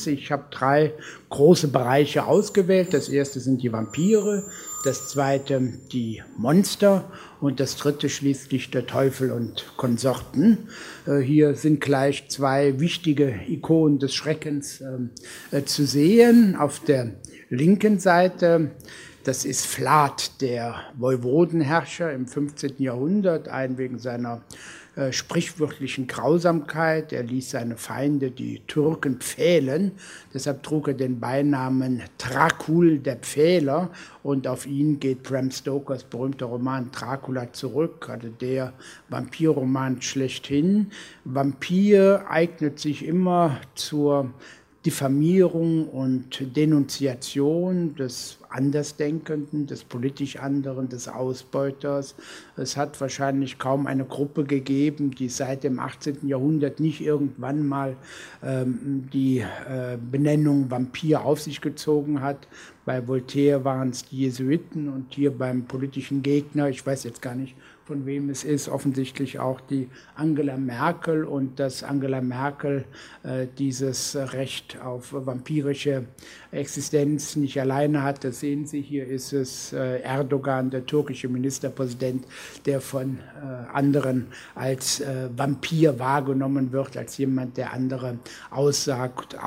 Ganze. Ich habe 3 große Bereiche ausgewählt. Das erste sind die Vampire, das zweite die Monster und das dritte schließlich der Teufel und Konsorten. Hier sind gleich 2 wichtige Ikonen des Schreckens zu sehen. Auf der linken Seite, das ist Vlad, der Woiwodenherrscher im 15. Jahrhundert, ein wegen seiner sprichwörtlichen Grausamkeit. Er ließ seine Feinde, die Türken, pfählen. Deshalb trug er den Beinamen Dracul, der Pfähler. Und auf ihn geht Bram Stokers berühmter Roman Dracula zurück, also der Vampirroman schlechthin. Vampir eignet sich immer zur Diffamierung und Denunziation des Andersdenkenden, des politisch anderen, des Ausbeuters. Es hat wahrscheinlich kaum eine Gruppe gegeben, die seit dem 18. Jahrhundert nicht irgendwann mal die Benennung Vampir auf sich gezogen hat. Bei Voltaire waren es die Jesuiten und hier beim politischen Gegner, ich weiß jetzt gar nicht, von wem es ist, offensichtlich auch die Angela Merkel, und dass Angela Merkel dieses Recht auf vampirische Existenz nicht alleine hat, das sehen Sie, hier ist es Erdogan, der türkische Ministerpräsident, der von anderen als Vampir wahrgenommen wird, als jemand, der andere aussaugt.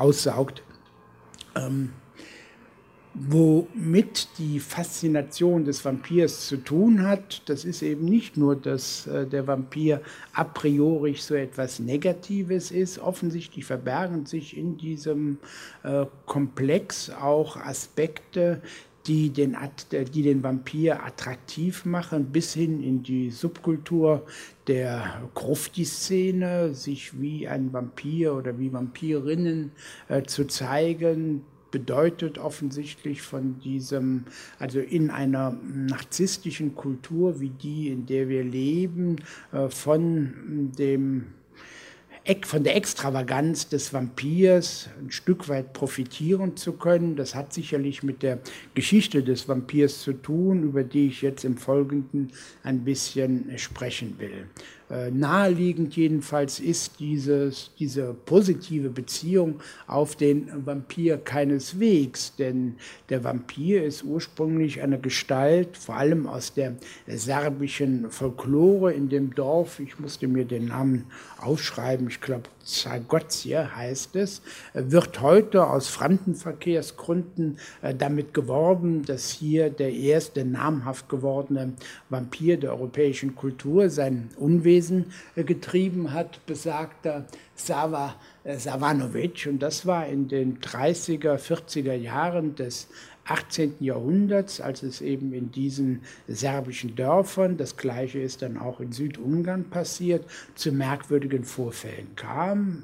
Womit die Faszination des Vampirs zu tun hat, das ist eben nicht nur, dass der Vampir a priori so etwas Negatives ist. Offensichtlich verbergen sich in diesem Komplex auch Aspekte, die den Vampir attraktiv machen, bis hin in die Subkultur der Grufti-Szene, sich wie ein Vampir oder wie Vampirinnen zu zeigen, bedeutet offensichtlich von diesem, also in einer narzisstischen Kultur wie die, in der wir leben, von der Extravaganz des Vampirs ein Stück weit profitieren zu können. Das hat sicherlich mit der Geschichte des Vampirs zu tun, über die ich jetzt im Folgenden ein bisschen sprechen will. Naheliegend jedenfalls ist diese positive Beziehung auf den Vampir keineswegs, denn der Vampir ist ursprünglich eine Gestalt, vor allem aus der serbischen Folklore in dem Dorf, ich musste mir den Namen aufschreiben, ich glaube Zagozje heißt es, wird heute aus Fremdenverkehrsgründen damit geworben, dass hier der erste namhaft gewordene Vampir der europäischen Kultur sein Unwesen getrieben hat, besagter Sava Savanovic. Und das war in den 30er, 40er Jahren des 18. Jahrhunderts, als es eben in diesen serbischen Dörfern, das Gleiche ist dann auch in Südungarn passiert, zu merkwürdigen Vorfällen kam.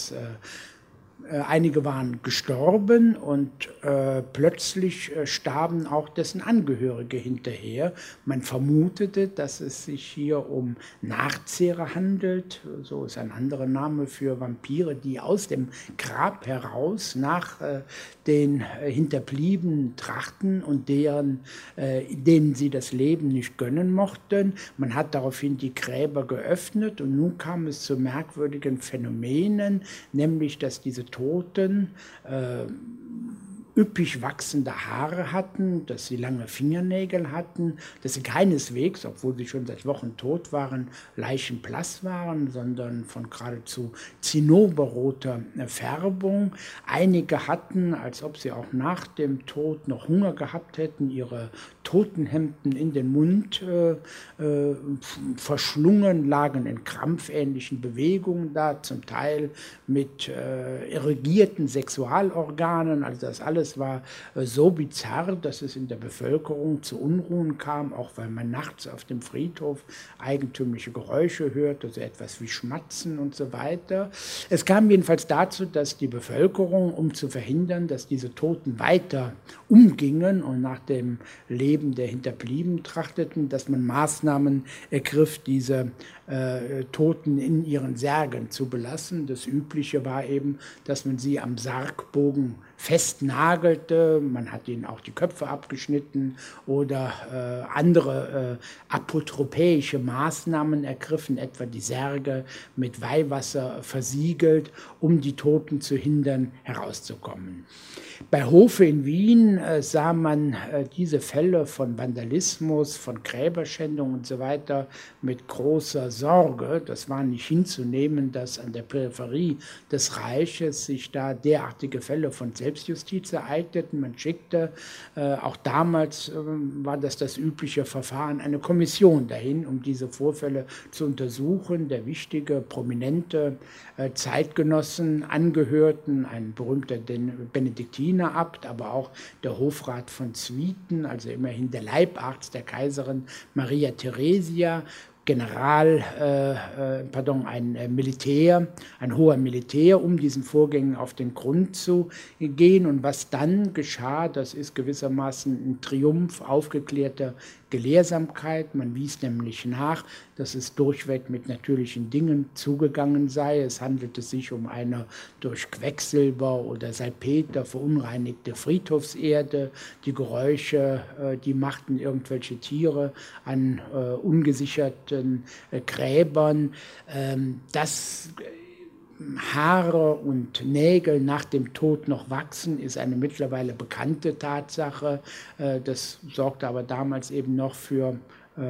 Einige waren gestorben und plötzlich starben auch dessen Angehörige hinterher. Man vermutete, dass es sich hier um Nachzehrer handelt, so ist ein anderer Name für Vampire, die aus dem Grab heraus nach den Hinterbliebenen trachten und denen sie das Leben nicht gönnen mochten. Man hat daraufhin die Gräber geöffnet und nun kam es zu merkwürdigen Phänomenen, nämlich dass diese Toten üppig wachsende Haare hatten, dass sie lange Fingernägel hatten, dass sie keineswegs, obwohl sie schon seit Wochen tot waren, leichenblass waren, sondern von geradezu zinnoberroter Färbung. Einige hatten, als ob sie auch nach dem Tod noch Hunger gehabt hätten, ihre Totenhemden in den Mund verschlungen, lagen in krampfähnlichen Bewegungen da, zum Teil mit irrigierten Sexualorganen. Also das alles war so bizarr, dass es in der Bevölkerung zu Unruhen kam, auch weil man nachts auf dem Friedhof eigentümliche Geräusche hört, also etwas wie Schmatzen und so weiter. Es kam jedenfalls dazu, dass die Bevölkerung, um zu verhindern, dass diese Toten weiter umgingen und nach dem Leben der Hinterbliebenen trachteten, dass man Maßnahmen ergriff, diese Toten in ihren Särgen zu belassen. Das Übliche war eben, dass man sie am Sargbogen festnagelte vernagelte, man hat ihnen auch die Köpfe abgeschnitten oder andere apotropäische Maßnahmen ergriffen, etwa die Särge mit Weihwasser versiegelt, um die Toten zu hindern, herauszukommen. Bei Hofe in Wien sah man diese Fälle von Vandalismus, von Gräberschändung und so weiter mit großer Sorge. Das war nicht hinzunehmen, dass an der Peripherie des Reiches sich da derartige Fälle von Selbstjustiz ereigneten. Man schickte, auch damals war das übliche Verfahren, eine Kommission dahin, um diese Vorfälle zu untersuchen. Der wichtige, prominente Zeitgenossen angehörten, ein berühmter Benediktinerabt, aber auch der Hofrat von Zwieten, also immerhin der Leibarzt der Kaiserin Maria Theresia, ein hoher Militär, um diesen Vorgängen auf den Grund zu gehen. Und was dann geschah, das ist gewissermaßen ein Triumph aufgeklärter Gelehrsamkeit. Man wies nämlich nach, dass es durchweg mit natürlichen Dingen zugegangen sei. Es handelte sich um eine durch Quecksilber oder Salpeter verunreinigte Friedhofserde. Die Geräusche, die machten irgendwelche Tiere an ungesicherten Gräbern. Dass Haare und Nägel nach dem Tod noch wachsen, ist eine mittlerweile bekannte Tatsache. Das sorgte aber damals eben noch für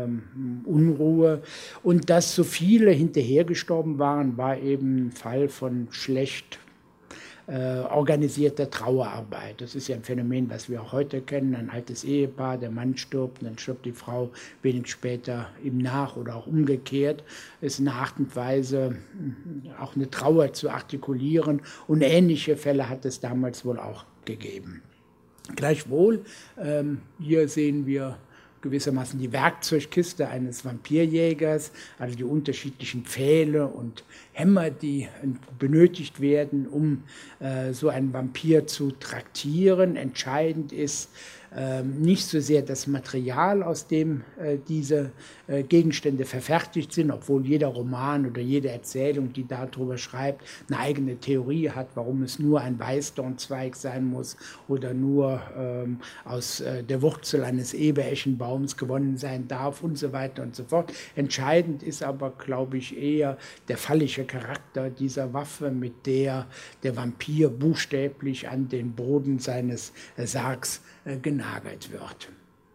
Unruhe. Und dass so viele hinterher gestorben waren, war eben ein Fall von schlecht organisierter Trauerarbeit. Das ist ja ein Phänomen, was wir auch heute kennen. Ein altes Ehepaar, der Mann stirbt, und dann stirbt die Frau wenig später ihm nach oder auch umgekehrt. Es ist eine Art und Weise, auch eine Trauer zu artikulieren. Und ähnliche Fälle hat es damals wohl auch gegeben. Gleichwohl, hier sehen wir gewissermaßen die Werkzeugkiste eines Vampirjägers, also die unterschiedlichen Pfähle und Hämmer, die benötigt werden, um so einen Vampir zu traktieren. Entscheidend ist nicht so sehr das Material, aus dem diese Gegenstände verfertigt sind, obwohl jeder Roman oder jede Erzählung, die darüber schreibt, eine eigene Theorie hat, warum es nur ein Weißdornzweig sein muss oder nur aus der Wurzel eines Ebereschenbaums gewonnen sein darf und so weiter und so fort. Entscheidend ist aber, glaube ich, eher der fallische Charakter dieser Waffe, mit der der Vampir buchstäblich an den Boden seines Sargs genagelt wird.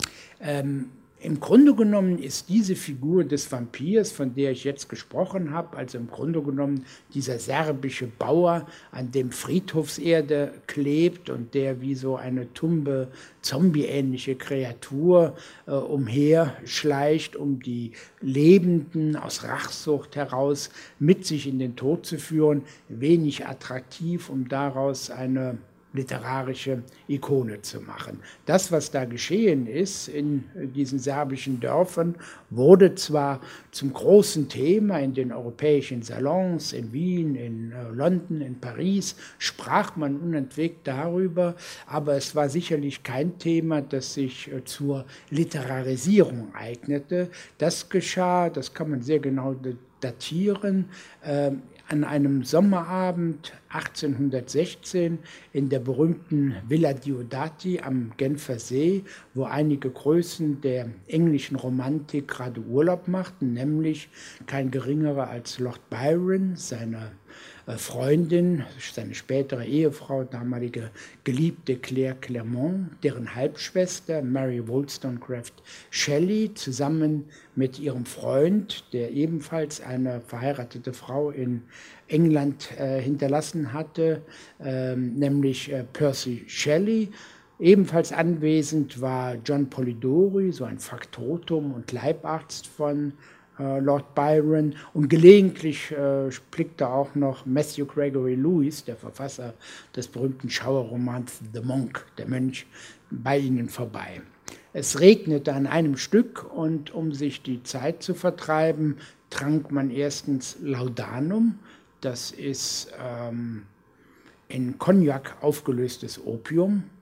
Im Grunde genommen ist diese Figur des Vampirs, von der ich jetzt gesprochen habe, also im Grunde genommen dieser serbische Bauer, an dem Friedhofserde klebt und der wie so eine tumbe, zombie-ähnliche Kreatur umherschleicht, um die Lebenden aus Rachsucht heraus mit sich in den Tod zu führen, wenig attraktiv, um daraus eine literarische Ikone zu machen. Das, was da geschehen ist in diesen serbischen Dörfern, wurde zwar zum großen Thema in den europäischen Salons, in Wien, in London, in Paris, sprach man unentwegt darüber, aber es war sicherlich kein Thema, das sich zur Literarisierung eignete. Das geschah, das kann man sehr genau datieren, an einem Sommerabend 1816 in der berühmten Villa Diodati am Genfer See, wo einige Größen der englischen Romantik gerade Urlaub machten, nämlich kein geringerer als Lord Byron, seine Freundin, seine spätere Ehefrau, damalige Geliebte Claire Clairmont, deren Halbschwester Mary Wollstonecraft Shelley zusammen mit ihrem Freund, der ebenfalls eine verheiratete Frau in England hinterlassen hatte, nämlich Percy Shelley. Ebenfalls anwesend war John Polidori, so ein Faktotum und Leibarzt von Lord Byron, und gelegentlich blickte auch noch Matthew Gregory Lewis, der Verfasser des berühmten Schauerromans The Monk, der Mönch, bei ihnen vorbei. Es regnete an einem Stück, und um sich die Zeit zu vertreiben, trank man erstens Laudanum, das ist in Cognac aufgelöstes Opium,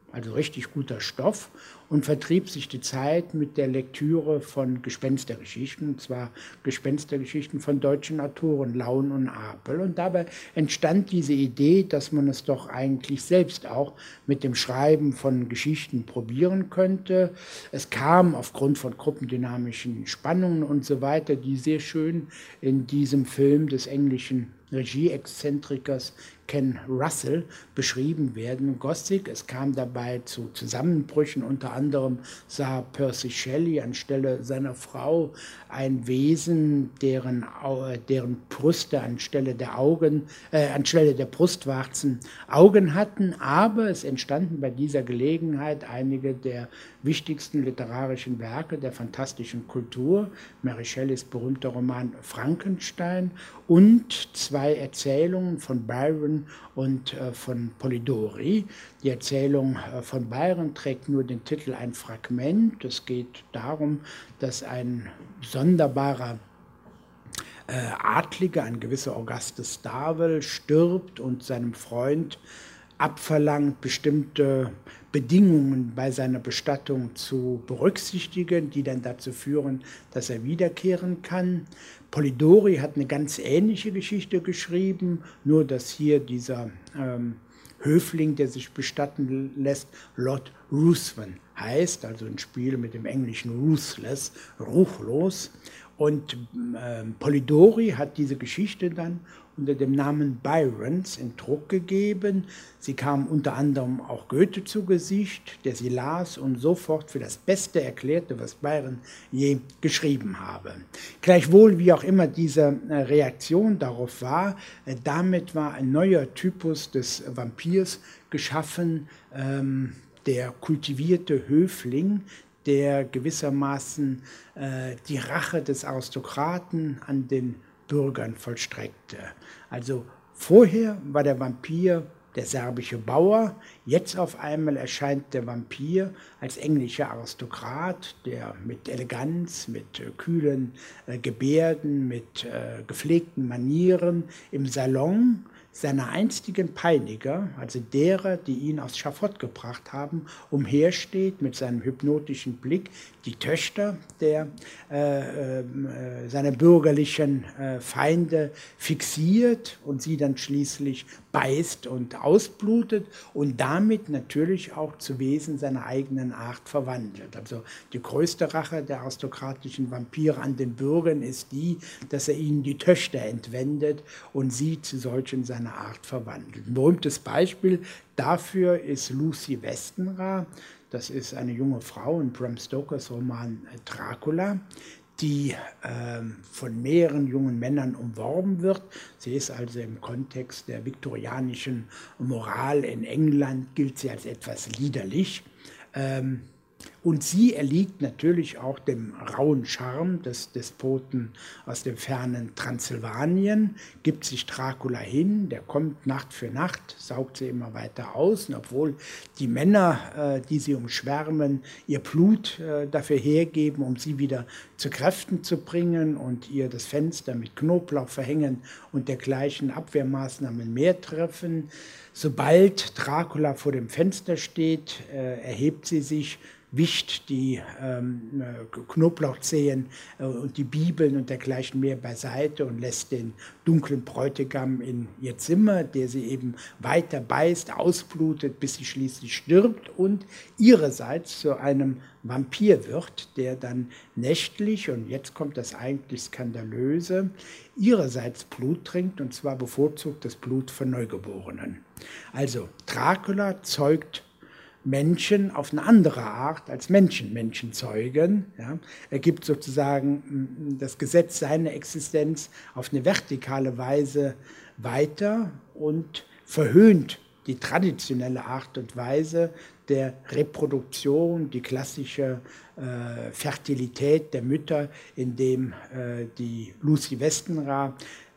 also richtig guter Stoff, und vertrieb sich die Zeit mit der Lektüre von Gespenstergeschichten, und zwar Gespenstergeschichten von deutschen Autoren, Laun und Apel. Und dabei entstand diese Idee, dass man es doch eigentlich selbst auch mit dem Schreiben von Geschichten probieren könnte. Es kam aufgrund von gruppendynamischen Spannungen und so weiter, die sehr schön in diesem Film des englischen Regie-Exzentrikers Ken Russell beschrieben werden, Gothic. Es kam dabei zu Zusammenbrüchen, unter anderem sah Percy Shelley anstelle seiner Frau ein Wesen, deren Brüste anstelle der Brustwarzen Augen hatten, aber es entstanden bei dieser Gelegenheit einige der wichtigsten literarischen Werke der fantastischen Kultur, Mary Shelleys berühmter Roman Frankenstein und zwei Erzählungen von Byron und von Polidori. Die Erzählung von Byron trägt nur den Titel Ein Fragment. Es geht darum, dass ein sonderbarer Adliger, ein gewisser Augustus Darwell, stirbt und seinem Freund abverlangt, bestimmte Bedingungen bei seiner Bestattung zu berücksichtigen, die dann dazu führen, dass er wiederkehren kann. Polidori hat eine ganz ähnliche Geschichte geschrieben, nur dass hier dieser Höfling, der sich bestatten lässt, Lord Ruthven heißt, also ein Spiel mit dem englischen ruthless, ruchlos. Und Polidori hat diese Geschichte dann unter dem Namen Byrons in Druck gegeben. Sie kam unter anderem auch Goethe zu Gesicht, der sie las und sofort für das Beste erklärte, was Byron je geschrieben habe. Gleichwohl, wie auch immer diese Reaktion darauf war, damit war ein neuer Typus des Vampirs geschaffen, der kultivierte Höfling, der gewissermaßen die Rache des Aristokraten an den Bürgern vollstreckte. Also vorher war der Vampir der serbische Bauer, jetzt auf einmal erscheint der Vampir als englischer Aristokrat, der mit Eleganz, mit kühlen Gebärden, mit gepflegten Manieren im Salon seiner einstigen Peiniger, also derer, die ihn aufs Schafott gebracht haben, umhersteht mit seinem hypnotischen Blick, die Töchter seiner bürgerlichen Feinde fixiert und sie dann schließlich beißt und ausblutet und damit natürlich auch zu Wesen seiner eigenen Art verwandelt. Also die größte Rache der aristokratischen Vampire an den Bürgern ist die, dass er ihnen die Töchter entwendet und sie zu solchen seiner Art verwandelt. Ein berühmtes Beispiel dafür ist Lucy Westenra. Das ist eine junge Frau in Bram Stokers Roman Dracula, die von mehreren jungen Männern umworben wird. Sie ist also im Kontext der viktorianischen Moral in England, gilt sie als etwas liederlich. Und sie erliegt natürlich auch dem rauen Charme des Despoten aus dem fernen Transsilvanien, gibt sich Dracula hin, der kommt Nacht für Nacht, saugt sie immer weiter aus. Und obwohl die Männer, die sie umschwärmen, ihr Blut dafür hergeben, um sie wieder zu Kräften zu bringen und ihr das Fenster mit Knoblauch verhängen und dergleichen Abwehrmaßnahmen mehr treffen, sobald Dracula vor dem Fenster steht, erhebt sie sich, wischt die Knoblauchzehen und die Bibeln und dergleichen mehr beiseite und lässt den dunklen Bräutigam in ihr Zimmer, der sie eben weiter beißt, ausblutet, bis sie schließlich stirbt und ihrerseits zu einem Vampir wird, der dann nächtlich, und jetzt kommt das eigentlich Skandalöse, ihrerseits Blut trinkt, und zwar bevorzugt das Blut von Neugeborenen. Also Dracula zeugt Menschen auf eine andere Art als Menschen zeugen. Ja. Er gibt sozusagen das Gesetz seiner Existenz auf eine vertikale Weise weiter und verhöhnt die traditionelle Art und Weise der Reproduktion, die klassische Fertilität der Mütter, indem die Lucy Westenra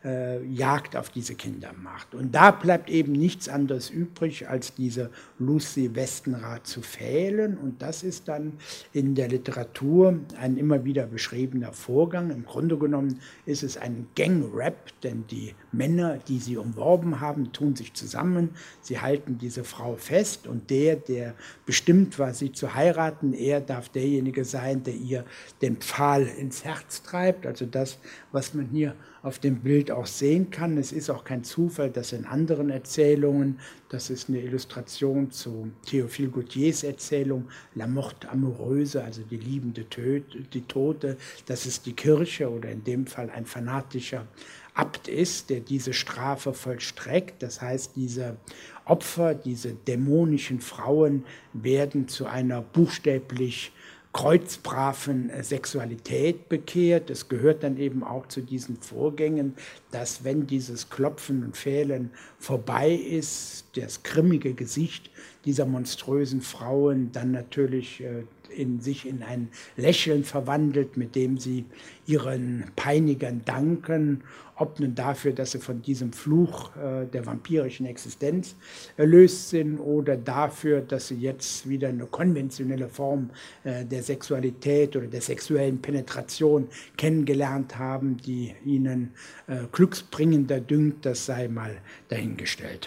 Jagd auf diese Kinder macht. Und da bleibt eben nichts anderes übrig, als diese Lucy Westenra zu fehlen. Und das ist dann in der Literatur ein immer wieder beschriebener Vorgang. Im Grunde genommen ist es ein Gang-Rap, denn die Männer, die sie umworben haben, tun sich zusammen. Sie halten diese Frau fest und der bestimmt war, sie zu heiraten, er darf derjenige sein, der ihr den Pfahl ins Herz treibt. Also das, was man hier auf dem Bild auch sehen kann. Es ist auch kein Zufall, dass in anderen Erzählungen, das ist eine Illustration zu Théophile Gautiers Erzählung La Morte Amoureuse, also die liebende die Tote, dass es die Kirche oder in dem Fall ein fanatischer Abt ist, der diese Strafe vollstreckt. Das heißt, diese Opfer, diese dämonischen Frauen werden zu einer buchstäblich kreuzbraven Sexualität bekehrt. Es gehört dann eben auch zu diesen Vorgängen, dass wenn dieses Klopfen und Fehlen vorbei ist, das grimmige Gesicht dieser monströsen Frauen dann natürlich sich in ein Lächeln verwandelt, mit dem sie ihren Peinigern danken, ob nun dafür, dass sie von diesem Fluch der vampirischen Existenz erlöst sind oder dafür, dass sie jetzt wieder eine konventionelle Form der Sexualität oder der sexuellen Penetration kennengelernt haben, die ihnen glücksbringender dünkt, das sei mal dahingestellt.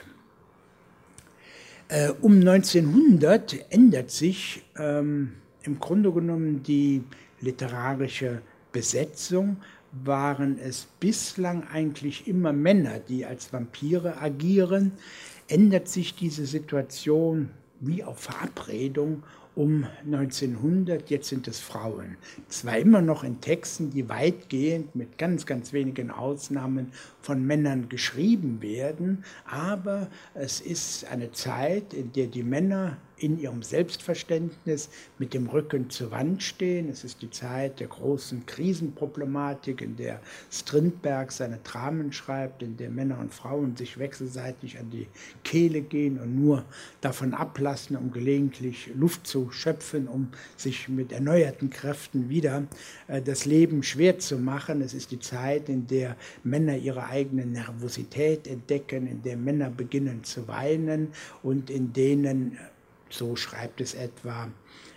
Um 1900 ändert sich im Grunde genommen die literarische Besetzung. Waren es bislang eigentlich immer Männer, die als Vampire agieren, ändert sich diese Situation wie auf Verabredung um 1900, jetzt sind es Frauen. Zwar immer noch in Texten, die weitgehend mit ganz, ganz wenigen Ausnahmen von Männern geschrieben werden, aber es ist eine Zeit, in der die Männer in ihrem Selbstverständnis mit dem Rücken zur Wand stehen. Es ist die Zeit der großen Krisenproblematik, in der Strindberg seine Dramen schreibt, in der Männer und Frauen sich wechselseitig an die Kehle gehen und nur davon ablassen, um gelegentlich Luft zu schöpfen, um sich mit erneuerten Kräften wieder das Leben schwer zu machen. Es ist die Zeit, in der Männer ihre eigene Nervosität entdecken, in der Männer beginnen zu weinen und in denen, so schreibt es etwa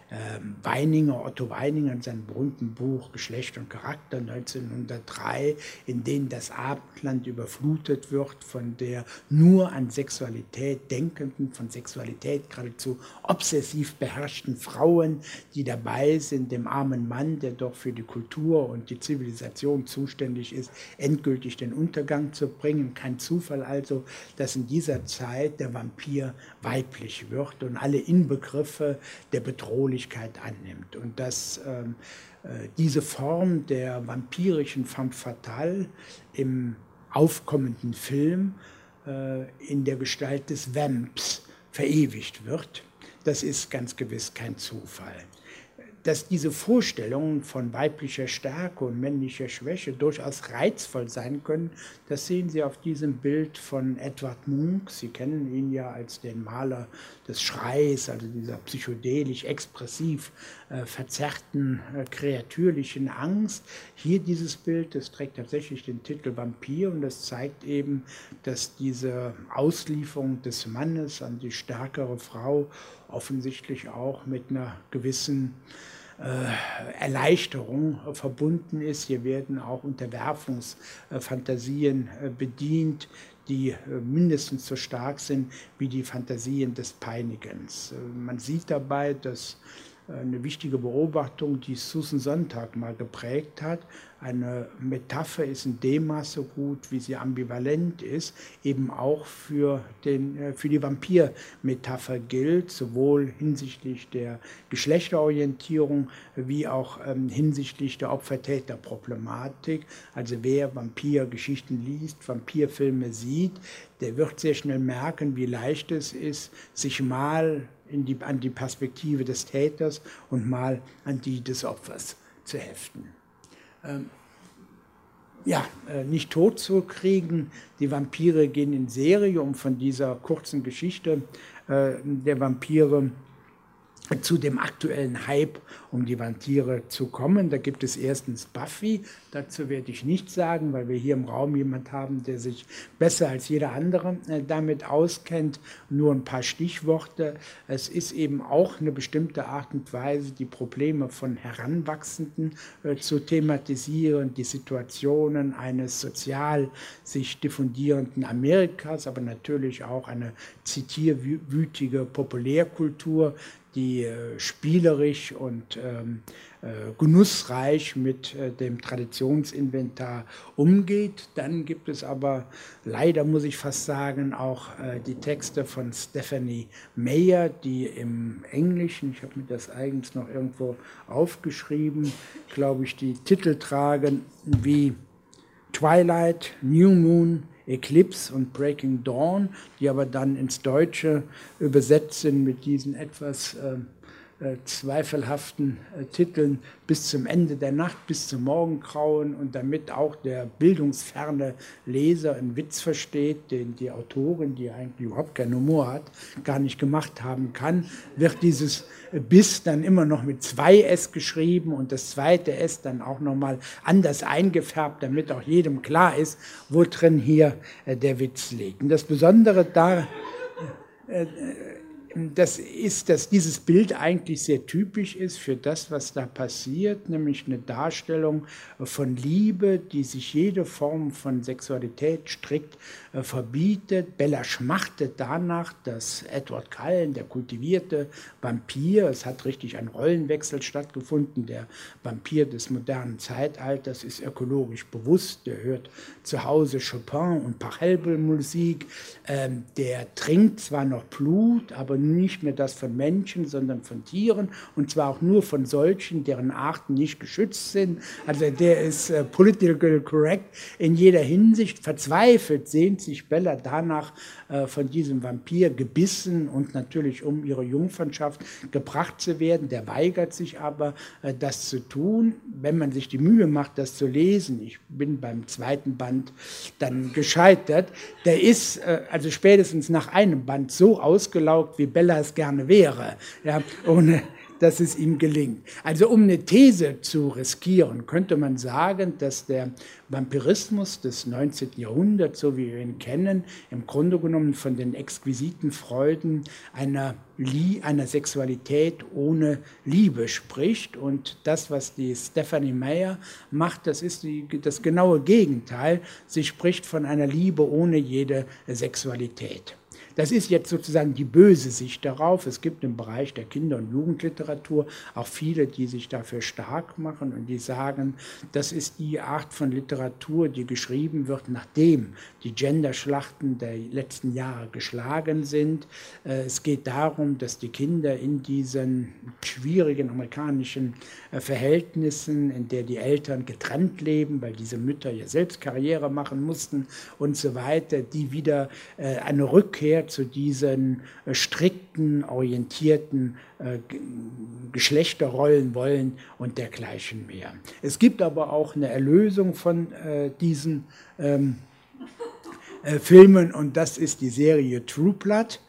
Otto Weininger in seinem berühmten Buch Geschlecht und Charakter 1903, in dem das Abendland überflutet wird von der nur an Sexualität denkenden, von Sexualität geradezu obsessiv beherrschten Frauen, die dabei sind, dem armen Mann, der doch für die Kultur und die Zivilisation zuständig ist, endgültig den Untergang zu bringen. Kein Zufall also, dass in dieser Zeit der Vampir weiblich wird und alle Inbegriffe der Bedrohlichkeit annimmt und dass diese Form der vampirischen femme fatale im aufkommenden Film in der Gestalt des Vamps verewigt wird, das ist ganz gewiss kein Zufall. Dass diese Vorstellungen von weiblicher Stärke und männlicher Schwäche durchaus reizvoll sein können, das sehen Sie auf diesem Bild von Edvard Munch. Sie kennen ihn ja als den Maler des Schreis, also dieser psychedelisch, expressiv verzerrten, kreatürlichen Angst. Hier dieses Bild, das trägt tatsächlich den Titel Vampir und das zeigt eben, dass diese Auslieferung des Mannes an die stärkere Frau offensichtlich auch mit einer gewissen Erleichterung verbunden ist. Hier werden auch Unterwerfungsfantasien bedient, die mindestens so stark sind wie die Fantasien des Peinigens. Man sieht dabei, dass eine wichtige Beobachtung, die Susan Sontag mal geprägt hat. Eine Metapher ist in dem Maße gut, wie sie ambivalent ist, eben auch für die Vampir-Metapher gilt, sowohl hinsichtlich der Geschlechterorientierung wie auch hinsichtlich der Opfer-Täter-Problematik. Also wer Vampirgeschichten liest, Vampirfilme sieht, der wird sehr schnell merken, wie leicht es ist, sich mal an die Perspektive des Täters und mal an die des Opfers zu heften. Nicht tot zu kriegen. Die Vampire gehen in Serie, um von dieser kurzen Geschichte der Vampire zu dem aktuellen Hype um die Vampire zu kommen. Da gibt es erstens Buffy, dazu werde ich nichts sagen, weil wir hier im Raum jemand haben, der sich besser als jeder andere damit auskennt. Nur ein paar Stichworte. Es ist eben auch eine bestimmte Art und Weise, die Probleme von Heranwachsenden zu thematisieren, die Situationen eines sozial sich diffundierenden Amerikas, aber natürlich auch eine zitierwütige Populärkultur, die spielerisch und genussreich mit dem Traditionsinventar umgeht. Dann gibt es aber, leider muss ich fast sagen, auch die Texte von Stephanie Meyer, die im Englischen, ich habe mir das eigens noch irgendwo aufgeschrieben, glaube ich, die Titel tragen wie Twilight, New Moon, Eclipse und Breaking Dawn, die aber dann ins Deutsche übersetzt sind mit diesen etwas zweifelhaften Titeln bis zum Ende der Nacht, bis zum Morgengrauen, und damit auch der bildungsferne Leser einen Witz versteht, den die Autorin, die eigentlich überhaupt keinen Humor hat, gar nicht gemacht haben kann, wird dieses bis dann immer noch mit 2 S geschrieben und das zweite S dann auch nochmal anders eingefärbt, damit auch jedem klar ist, wo drin hier der Witz liegt. Und das Besondere da das ist, dass dieses Bild eigentlich sehr typisch ist für das, was da passiert, nämlich eine Darstellung von Liebe, die sich jede Form von Sexualität strikt verbietet. Bella schmachtet danach, dass Edward Cullen, der kultivierte Vampir, es hat richtig ein Rollenwechsel stattgefunden, der Vampir des modernen Zeitalters ist ökologisch bewusst, der hört zu Hause Chopin und Pachelbel-Musik, der trinkt zwar noch Blut, aber nicht mehr das von Menschen, sondern von Tieren, und zwar auch nur von solchen, deren Arten nicht geschützt sind. Also der ist political correct in jeder Hinsicht. Verzweifelt sehnt sich Bella danach, von diesem Vampir gebissen und natürlich um ihre Jungfernschaft gebracht zu werden. Der weigert sich aber, das zu tun. Wenn man sich die Mühe macht, das zu lesen, ich bin beim zweiten Band dann gescheitert, der ist also spätestens nach einem Band so ausgelaugt, wie Bella es gerne wäre, ja, ohne dass es ihm gelingt. Also um eine These zu riskieren, könnte man sagen, dass der Vampirismus des 19. Jahrhunderts, so wie wir ihn kennen, im Grunde genommen von den exquisiten Freuden einer Sexualität ohne Liebe spricht. Und das, was die Stephanie Meyer macht, das ist das genaue Gegenteil. Sie spricht von einer Liebe ohne jede Sexualität. Das ist jetzt sozusagen die böse Sicht darauf. Es gibt im Bereich der Kinder- und Jugendliteratur auch viele, die sich dafür stark machen und die sagen, das ist die Art von Literatur, die geschrieben wird, nachdem die Genderschlachten der letzten Jahre geschlagen sind. Es geht darum, dass die Kinder in diesen schwierigen amerikanischen Verhältnissen, in der die Eltern getrennt leben, weil diese Mütter ja selbst Karriere machen mussten und so weiter, die wieder eine Rückkehr zu diesen strikten, orientierten Geschlechterrollen wollen und dergleichen mehr. Es gibt aber auch eine Erlösung von diesen Filmen, und das ist die Serie True Blood.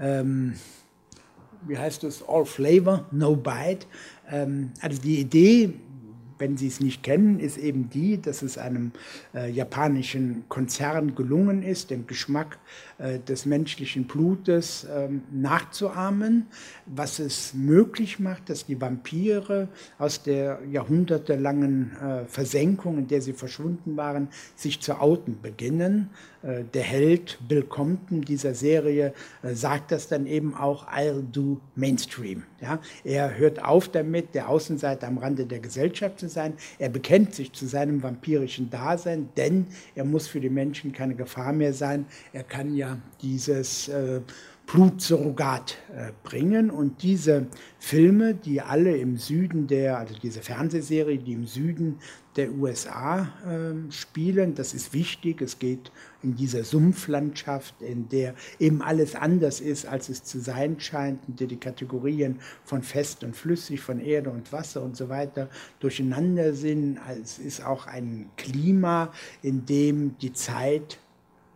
Wie heißt es? All Flavor, No Bite. Also die Idee, wenn Sie es nicht kennen, ist eben die, dass es einem japanischen Konzern gelungen ist, den Geschmack des menschlichen Blutes nachzuahmen, was es möglich macht, dass die Vampire aus der jahrhundertelangen Versenkung, in der sie verschwunden waren, sich zu outen beginnen. Der Held Bill Compton dieser Serie sagt das dann eben auch, I'll do Mainstream. Ja? Er hört auf damit, der Außenseiter am Rande der Gesellschaft zu sein. Er bekennt sich zu seinem vampirischen Dasein, denn er muss für die Menschen keine Gefahr mehr sein. Er kann ja dieses Blutsurrogat bringen, und diese Filme, die alle im Süden also diese Fernsehserie, die im Süden der USA spielen, das ist wichtig. Es geht in dieser Sumpflandschaft, in der eben alles anders ist, als es zu sein scheint, in der die Kategorien von fest und flüssig, von Erde und Wasser und so weiter durcheinander sind. Es ist auch ein Klima, in dem die Zeit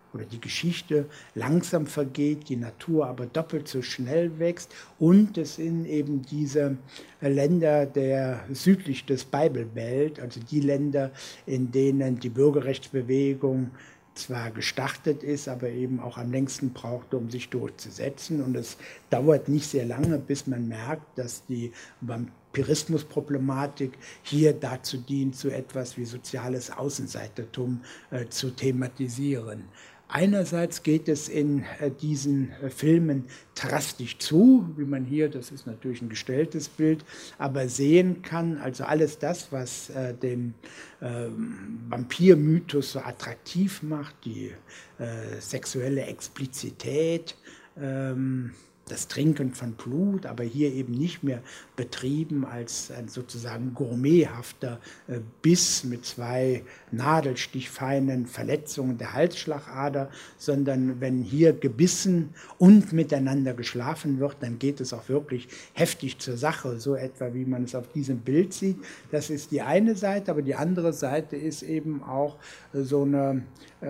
oder die Geschichte langsam vergeht, die Natur aber doppelt so schnell wächst und es in eben diese Länder der südlich des Bible Belt, also die Länder, in denen die Bürgerrechtsbewegung zwar gestartet ist, aber eben auch am längsten brauchte, um sich durchzusetzen. Und es dauert nicht sehr lange, bis man merkt, dass die Vampirismusproblematik hier dazu dient, so etwas wie soziales Außenseitertum zu thematisieren. Einerseits geht es in diesen Filmen drastisch zu, wie man hier, das ist natürlich ein gestelltes Bild, aber sehen kann, also alles das, was den Vampirmythos so attraktiv macht, die sexuelle Explizität, das Trinken von Blut, aber hier eben nicht mehr betrieben als ein sozusagen gourmethafter Biss mit 2 nadelstichfeinen Verletzungen der Halsschlagader, sondern wenn hier gebissen und miteinander geschlafen wird, dann geht es auch wirklich heftig zur Sache, so etwa wie man es auf diesem Bild sieht. Das ist die eine Seite, aber die andere Seite ist eben auch so eine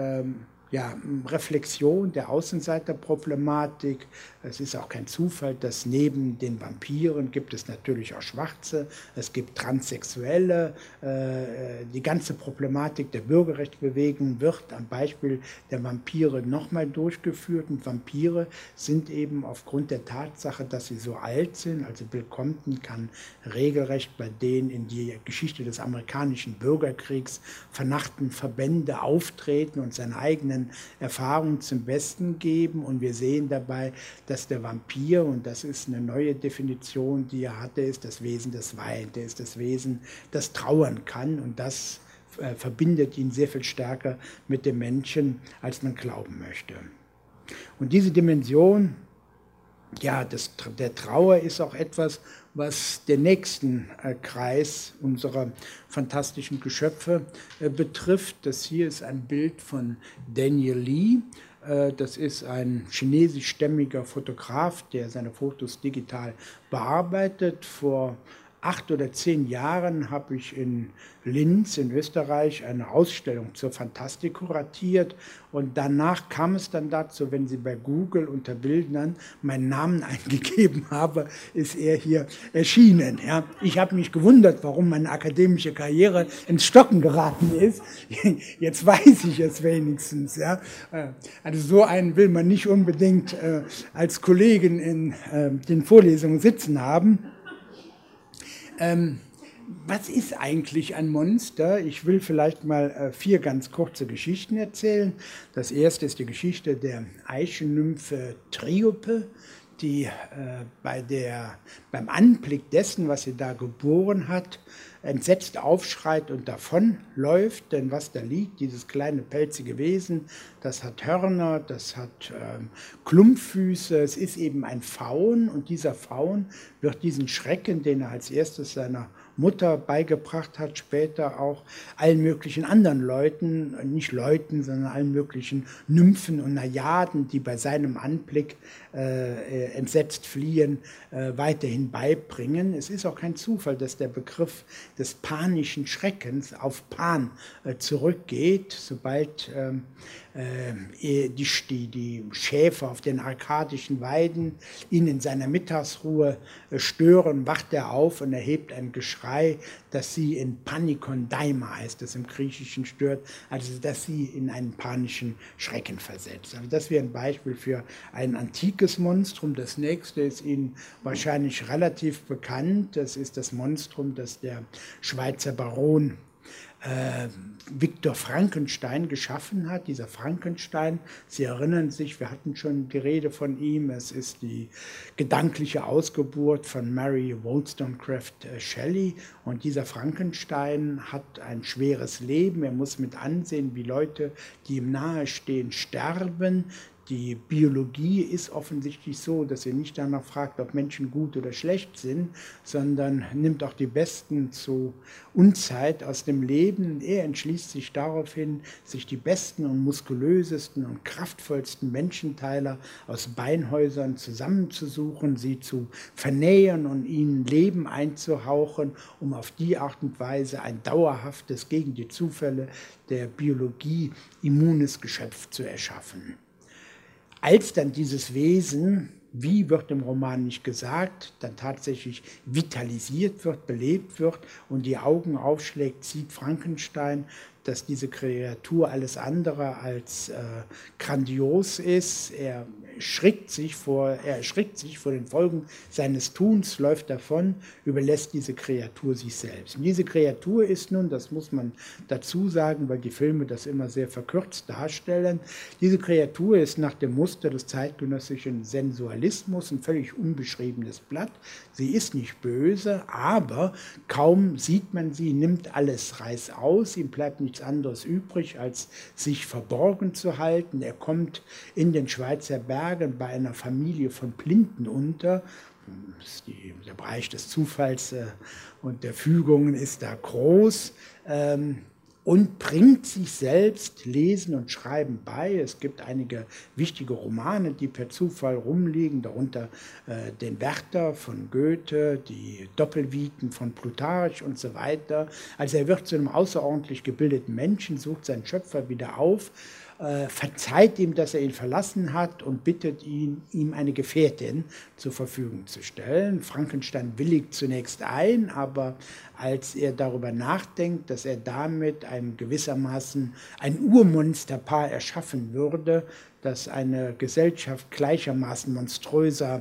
Reflexion der Außenseiterproblematik. Es ist auch kein Zufall, dass neben den Vampiren gibt es natürlich auch Schwarze, es gibt Transsexuelle. Die ganze Problematik der Bürgerrechtsbewegung wird am Beispiel der Vampire nochmal durchgeführt. Und Vampire sind eben aufgrund der Tatsache, dass sie so alt sind, also Bill Compton kann regelrecht bei den in die Geschichte des amerikanischen Bürgerkriegs vernachten Verbände auftreten und seine eigenen Erfahrungen zum Besten geben. Und wir sehen dabei, dass der Vampir, und das ist eine neue Definition, die er hatte, ist das Wesen, das weint. Er ist das Wesen, das trauern kann. Und das verbindet ihn sehr viel stärker mit dem Menschen, als man glauben möchte. Und diese Dimension, der Trauer ist auch etwas, was den nächsten Kreis unserer fantastischen Geschöpfe betrifft. Das hier ist ein Bild von Daniel Lee. Das ist ein chinesischstämmiger Fotograf, der seine Fotos digital bearbeitet. Vor 8 oder 10 Jahren habe ich in Linz in Österreich eine Ausstellung zur Fantastik kuratiert und danach kam es dann dazu, wenn Sie bei Google unter Bildern meinen Namen eingegeben haben, ist er hier erschienen. Ja. Ich habe mich gewundert, warum meine akademische Karriere ins Stocken geraten ist. Jetzt weiß ich es wenigstens. Ja. Also so einen will man nicht unbedingt als Kollegen in den Vorlesungen sitzen haben. Was ist eigentlich ein Monster? Ich will vielleicht mal 4 ganz kurze Geschichten erzählen. Das erste ist die Geschichte der Eichennymphe Triope, die beim Anblick dessen, was sie da geboren hat, entsetzt aufschreit und davonläuft. Denn was da liegt, dieses kleine pelzige Wesen, das hat Hörner, das hat Klumpfüße, es ist eben ein Faun und dieser Faun wird diesen Schrecken, den er als erstes seiner Mutter beigebracht hat, später auch allen möglichen anderen Leuten, nicht Leuten, sondern allen möglichen Nymphen und Najaden, die bei seinem Anblick entsetzt fliehen, weiterhin beibringen. Es ist auch kein Zufall, dass der Begriff des panischen Schreckens auf Pan zurückgeht, sobald die Schäfer auf den arkadischen Weiden ihn in seiner Mittagsruhe stören, wacht er auf und erhebt ein Geschrei, das sie in Panikon Daima heißt, das im Griechischen stört, also dass sie in einen panischen Schrecken versetzt. Also das wäre ein Beispiel für ein antikes Monstrum. Das nächste ist Ihnen wahrscheinlich relativ bekannt. Das ist das Monstrum, das der Schweizer Baron Viktor Frankenstein geschaffen hat. Dieser Frankenstein, Sie erinnern sich, wir hatten schon die Rede von ihm, es ist die gedankliche Ausgeburt von Mary Wollstonecraft Shelley und dieser Frankenstein hat ein schweres Leben, er muss mit ansehen, wie Leute, die ihm nahestehen, sterben. Die Biologie ist offensichtlich so, dass sie nicht danach fragt, ob Menschen gut oder schlecht sind, sondern nimmt auch die besten zu Unzeit aus dem Leben. Er entschließt sich daraufhin, sich die besten und muskulösesten und kraftvollsten Menschenteiler aus Beinhäusern zusammenzusuchen, sie zu vernähen und ihnen Leben einzuhauchen, um auf die Art und Weise ein dauerhaftes, gegen die Zufälle der Biologie immunes Geschöpf zu erschaffen. Als dann dieses Wesen, wie wird im Roman nicht gesagt, dann tatsächlich vitalisiert wird, belebt wird und die Augen aufschlägt, sieht Frankenstein, dass diese Kreatur alles andere als grandios ist. Er erschrickt sich vor den Folgen seines Tuns, läuft davon, überlässt diese Kreatur sich selbst. Und diese Kreatur ist nun, das muss man dazu sagen, weil die Filme das immer sehr verkürzt darstellen, diese Kreatur ist nach dem Muster des zeitgenössischen Sensualismus ein völlig unbeschriebenes Blatt. Sie ist nicht böse, aber kaum sieht man sie, nimmt alles reißaus, ihm bleibt nichts anderes übrig, als sich verborgen zu halten. Er kommt in den Schweizer Bergen bei einer Familie von Blinden unter. Der Bereich des Zufalls und der Fügungen ist da groß. Und bringt sich selbst Lesen und Schreiben bei. Es gibt einige wichtige Romane, die per Zufall rumliegen, darunter den Werther von Goethe, die Doppelviten von Plutarch und so weiter. Also er wird zu einem außerordentlich gebildeten Menschen, sucht seinen Schöpfer wieder auf, verzeiht ihm, dass er ihn verlassen hat und bittet ihn, ihm eine Gefährtin zur Verfügung zu stellen. Frankenstein willigt zunächst ein, aber als er darüber nachdenkt, dass er damit gewissermaßen ein Urmonsterpaar erschaffen würde, das eine Gesellschaft gleichermaßen monströser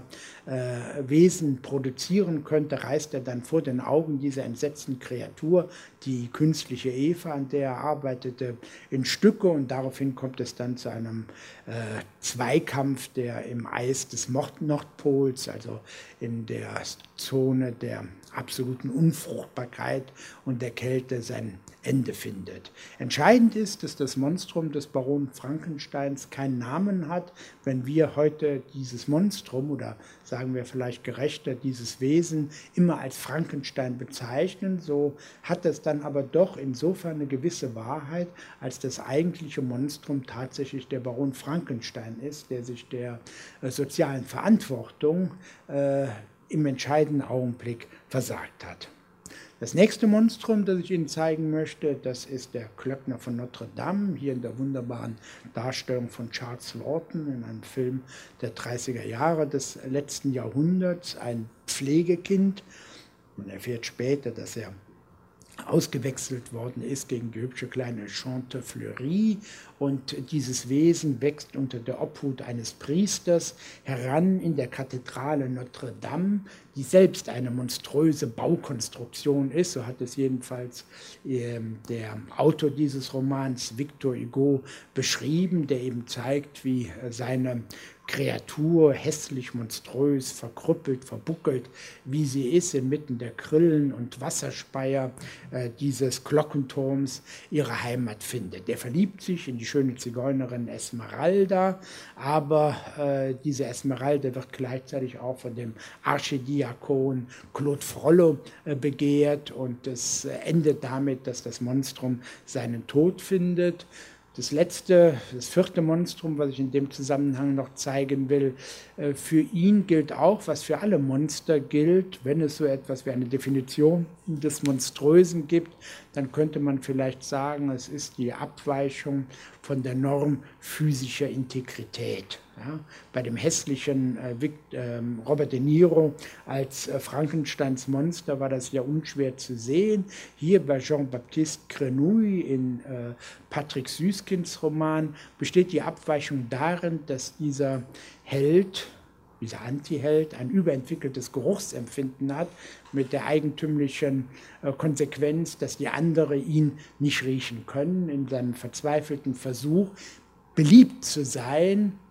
Wesen produzieren könnte, reißt er dann vor den Augen dieser entsetzten Kreatur die künstliche Eva, an der er arbeitete, in Stücke, und daraufhin kommt es dann zu einem Zweikampf, der im Eis des Nordpols, also in der Zone der absoluten Unfruchtbarkeit und der Kälte, sein Ende findet. Entscheidend ist, dass das Monstrum des Baron Frankensteins keinen Namen hat. Wenn wir heute dieses Monstrum, oder sagen wir vielleicht gerechter, dieses Wesen immer als Frankenstein bezeichnen, so hat es dann aber doch insofern eine gewisse Wahrheit, als das eigentliche Monstrum tatsächlich der Baron Frankenstein ist, der sich der sozialen Verantwortung im entscheidenden Augenblick versagt hat. Das nächste Monstrum, das ich Ihnen zeigen möchte, das ist der Glöckner von Notre Dame, hier in der wunderbaren Darstellung von Charles Laughton in einem Film der 30er Jahre des letzten Jahrhunderts, ein Pflegekind. Man erfährt später, dass er ausgewechselt worden ist gegen die hübsche kleine Chantefleurie, und dieses Wesen wächst unter der Obhut eines Priesters heran in der Kathedrale Notre Dame, die selbst eine monströse Baukonstruktion ist, so hat es jedenfalls der Autor dieses Romans, Victor Hugo, beschrieben, der eben zeigt, wie seine Kreatur, hässlich, monströs, verkrüppelt, verbuckelt, wie sie ist, inmitten der Grillen und Wasserspeier dieses Glockenturms ihre Heimat findet. Er verliebt sich in die schöne Zigeunerin Esmeralda, aber diese Esmeralda wird gleichzeitig auch von dem Archidiakon Claude Frollo begehrt, und es endet damit, dass das Monstrum seinen Tod findet. Das vierte Monstrum, was ich in dem Zusammenhang noch zeigen will, für ihn gilt auch, was für alle Monster gilt. Wenn es so etwas wie eine Definition des Monströsen gibt, dann könnte man vielleicht sagen, es ist die Abweichung von der Norm physischer Integrität. Ja, bei dem hässlichen Robert De Niro als Frankensteins Monster war das ja unschwer zu sehen. Hier bei Jean-Baptiste Grenouille in Patrick Süskins Roman besteht die Abweichung darin, dass dieser Held, dieser Antiheld, ein überentwickeltes Geruchsempfinden hat, mit der eigentümlichen Konsequenz, dass die anderen ihn nicht riechen können. In seinem verzweifelten Versuch, beliebt zu sein,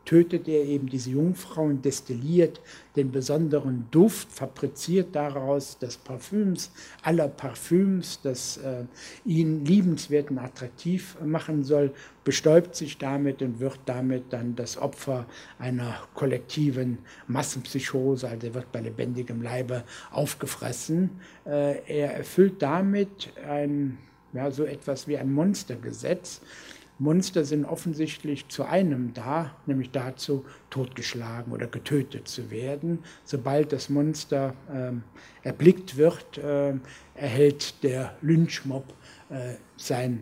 tötet er eben diese Jungfrauen, destilliert den besonderen Duft, fabriziert daraus das Parfüms aller Parfüms, das ihn liebenswert und attraktiv machen soll, bestäubt sich damit und wird damit dann das Opfer einer kollektiven Massenpsychose, also er wird bei lebendigem Leibe aufgefressen. Er erfüllt damit so etwas wie ein Monstergesetz. Monster sind offensichtlich zu einem da, nämlich dazu, totgeschlagen oder getötet zu werden. Sobald das Monster erblickt wird, erhält der Lynchmob seinen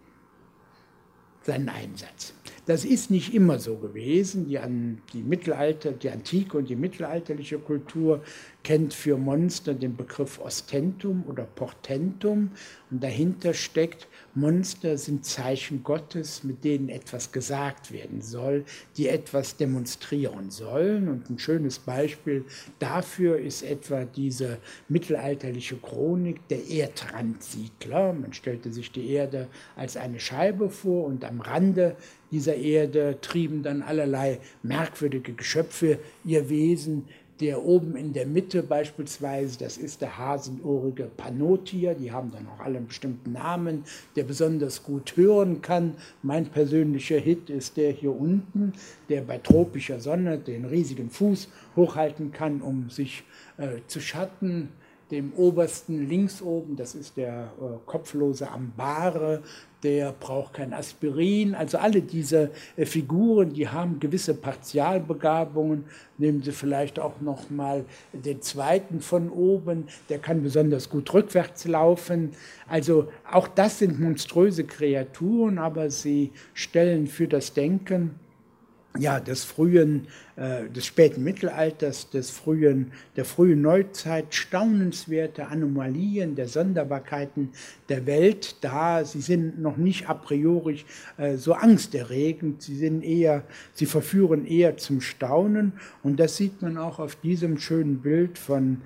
Einsatz. Das ist nicht immer so gewesen. Die Antike und die mittelalterliche Kultur kennt für Monster den Begriff Ostentum oder Portentum. Und dahinter steckt, Monster sind Zeichen Gottes, mit denen etwas gesagt werden soll, die etwas demonstrieren sollen. Und ein schönes Beispiel dafür ist etwa diese mittelalterliche Chronik der Erdrandsiedler. Man stellte sich die Erde als eine Scheibe vor und am Rande dieser Erde trieben dann allerlei merkwürdige Geschöpfe ihr Wesen. Der oben in der Mitte beispielsweise, das ist der hasenohrige Panotier, die haben dann auch alle einen bestimmten Namen, der besonders gut hören kann. Mein persönlicher Hit ist der hier unten, der bei tropischer Sonne den riesigen Fuß hochhalten kann, um sich zu schatten. Dem obersten links oben, das ist der kopflose Ambare, der braucht kein Aspirin. Also alle diese Figuren, die haben gewisse Partialbegabungen. Nehmen Sie vielleicht auch noch mal den zweiten von oben, der kann besonders gut rückwärts laufen. Also auch das sind monströse Kreaturen, aber sie stellen für das Denken des späten Mittelalters, der frühen Neuzeit staunenswerte Anomalien der Sonderbarkeiten der Welt dar. Sie sind noch nicht a priori so angsterregend, sie verführen eher zum Staunen, und das sieht man auch auf diesem schönen Bild von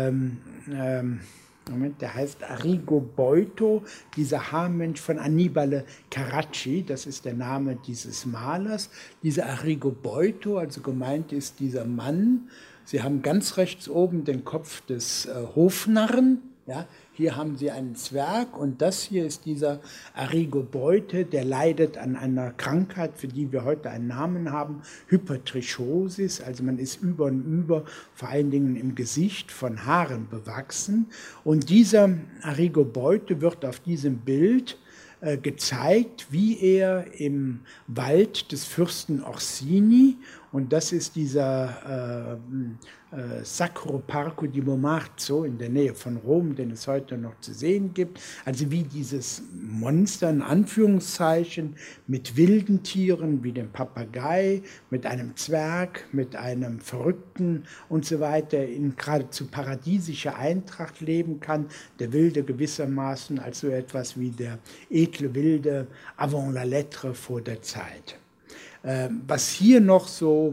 der heißt Arrigo Boito, dieser Haarmensch von Annibale Carracci, das ist der Name dieses Malers. Dieser Arrigo Boito, also gemeint ist dieser Mann. Sie haben ganz rechts oben den Kopf des Hofnarren. Ja, hier haben Sie einen Zwerg, und das hier ist dieser Arrigo Boito, der leidet an einer Krankheit, für die wir heute einen Namen haben, Hypertrichosis, also man ist über und über, vor allen Dingen im Gesicht, von Haaren bewachsen. Und dieser Arrigo Boito wird auf diesem Bild gezeigt, wie er im Wald des Fürsten Orsini, und das ist dieser Sacro Parco di Bomarzo in der Nähe von Rom, den es heute noch zu sehen gibt, also wie dieses Monster in Anführungszeichen mit wilden Tieren wie dem Papagei, mit einem Zwerg, mit einem Verrückten und so weiter in geradezu paradiesischer Eintracht leben kann, der Wilde gewissermaßen als so etwas wie der edle Wilde avant la lettre vor der Zeit. Was hier noch so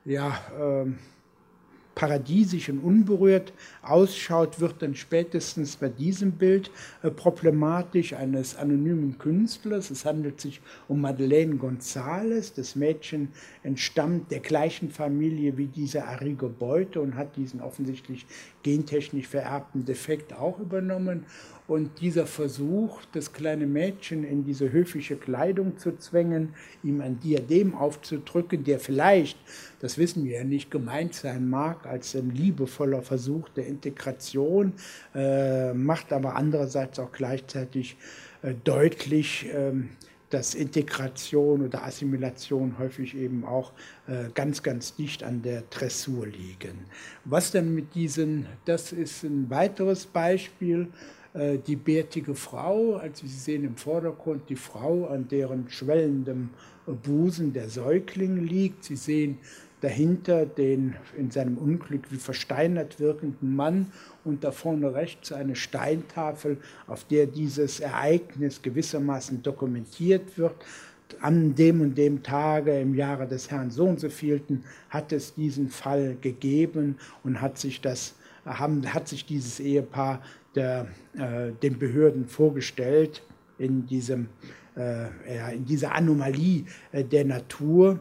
paradiesisch und unberührt ausschaut, wird dann spätestens bei diesem Bild problematisch, eines anonymen Künstlers. Es handelt sich um Madeleine González. Das Mädchen entstammt der gleichen Familie wie dieser Arrigo Boito und hat diesen offensichtlich gentechnisch vererbten Defekt auch übernommen. Und dieser Versuch, das kleine Mädchen in diese höfische Kleidung zu zwängen, ihm ein Diadem aufzudrücken, der vielleicht, das wissen wir ja nicht, gemeint sein mag als ein liebevoller Versuch der Integration, macht aber andererseits auch gleichzeitig deutlich, dass Integration oder Assimilation häufig eben auch ganz, ganz dicht an der Dressur liegen. Was dann mit das ist ein weiteres Beispiel, die bärtige Frau, also Sie sehen im Vordergrund die Frau, an deren schwellendem Busen der Säugling liegt. Sie sehen dahinter den in seinem Unglück wie versteinert wirkenden Mann und da vorne rechts eine Steintafel, auf der dieses Ereignis gewissermaßen dokumentiert wird. An dem und dem Tage im Jahre des Herrn so und so vielten hat es diesen Fall gegeben und hat sich dieses Ehepaar den Behörden vorgestellt in dieser Anomalie der Natur.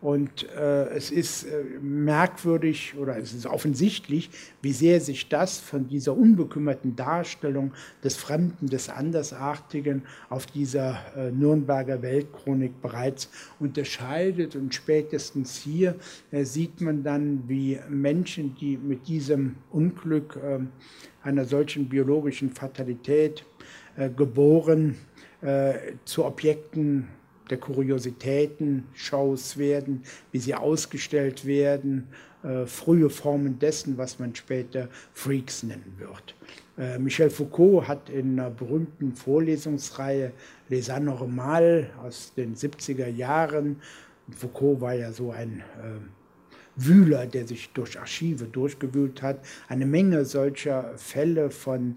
Und es ist merkwürdig oder es ist offensichtlich, wie sehr sich das von dieser unbekümmerten Darstellung des Fremden, des Andersartigen auf dieser Nürnberger Weltchronik bereits unterscheidet. Und spätestens hier sieht man dann, wie Menschen, die mit diesem Unglück einer solchen biologischen Fatalität geboren, zu Objekten der Kuriositäten, Shows werden, wie sie ausgestellt werden, frühe Formen dessen, was man später Freaks nennen wird. Michel Foucault hat in einer berühmten Vorlesungsreihe Les Anormales aus den 70er Jahren, Foucault war ja so ein Wühler, der sich durch Archive durchgewühlt hat, eine Menge solcher Fälle von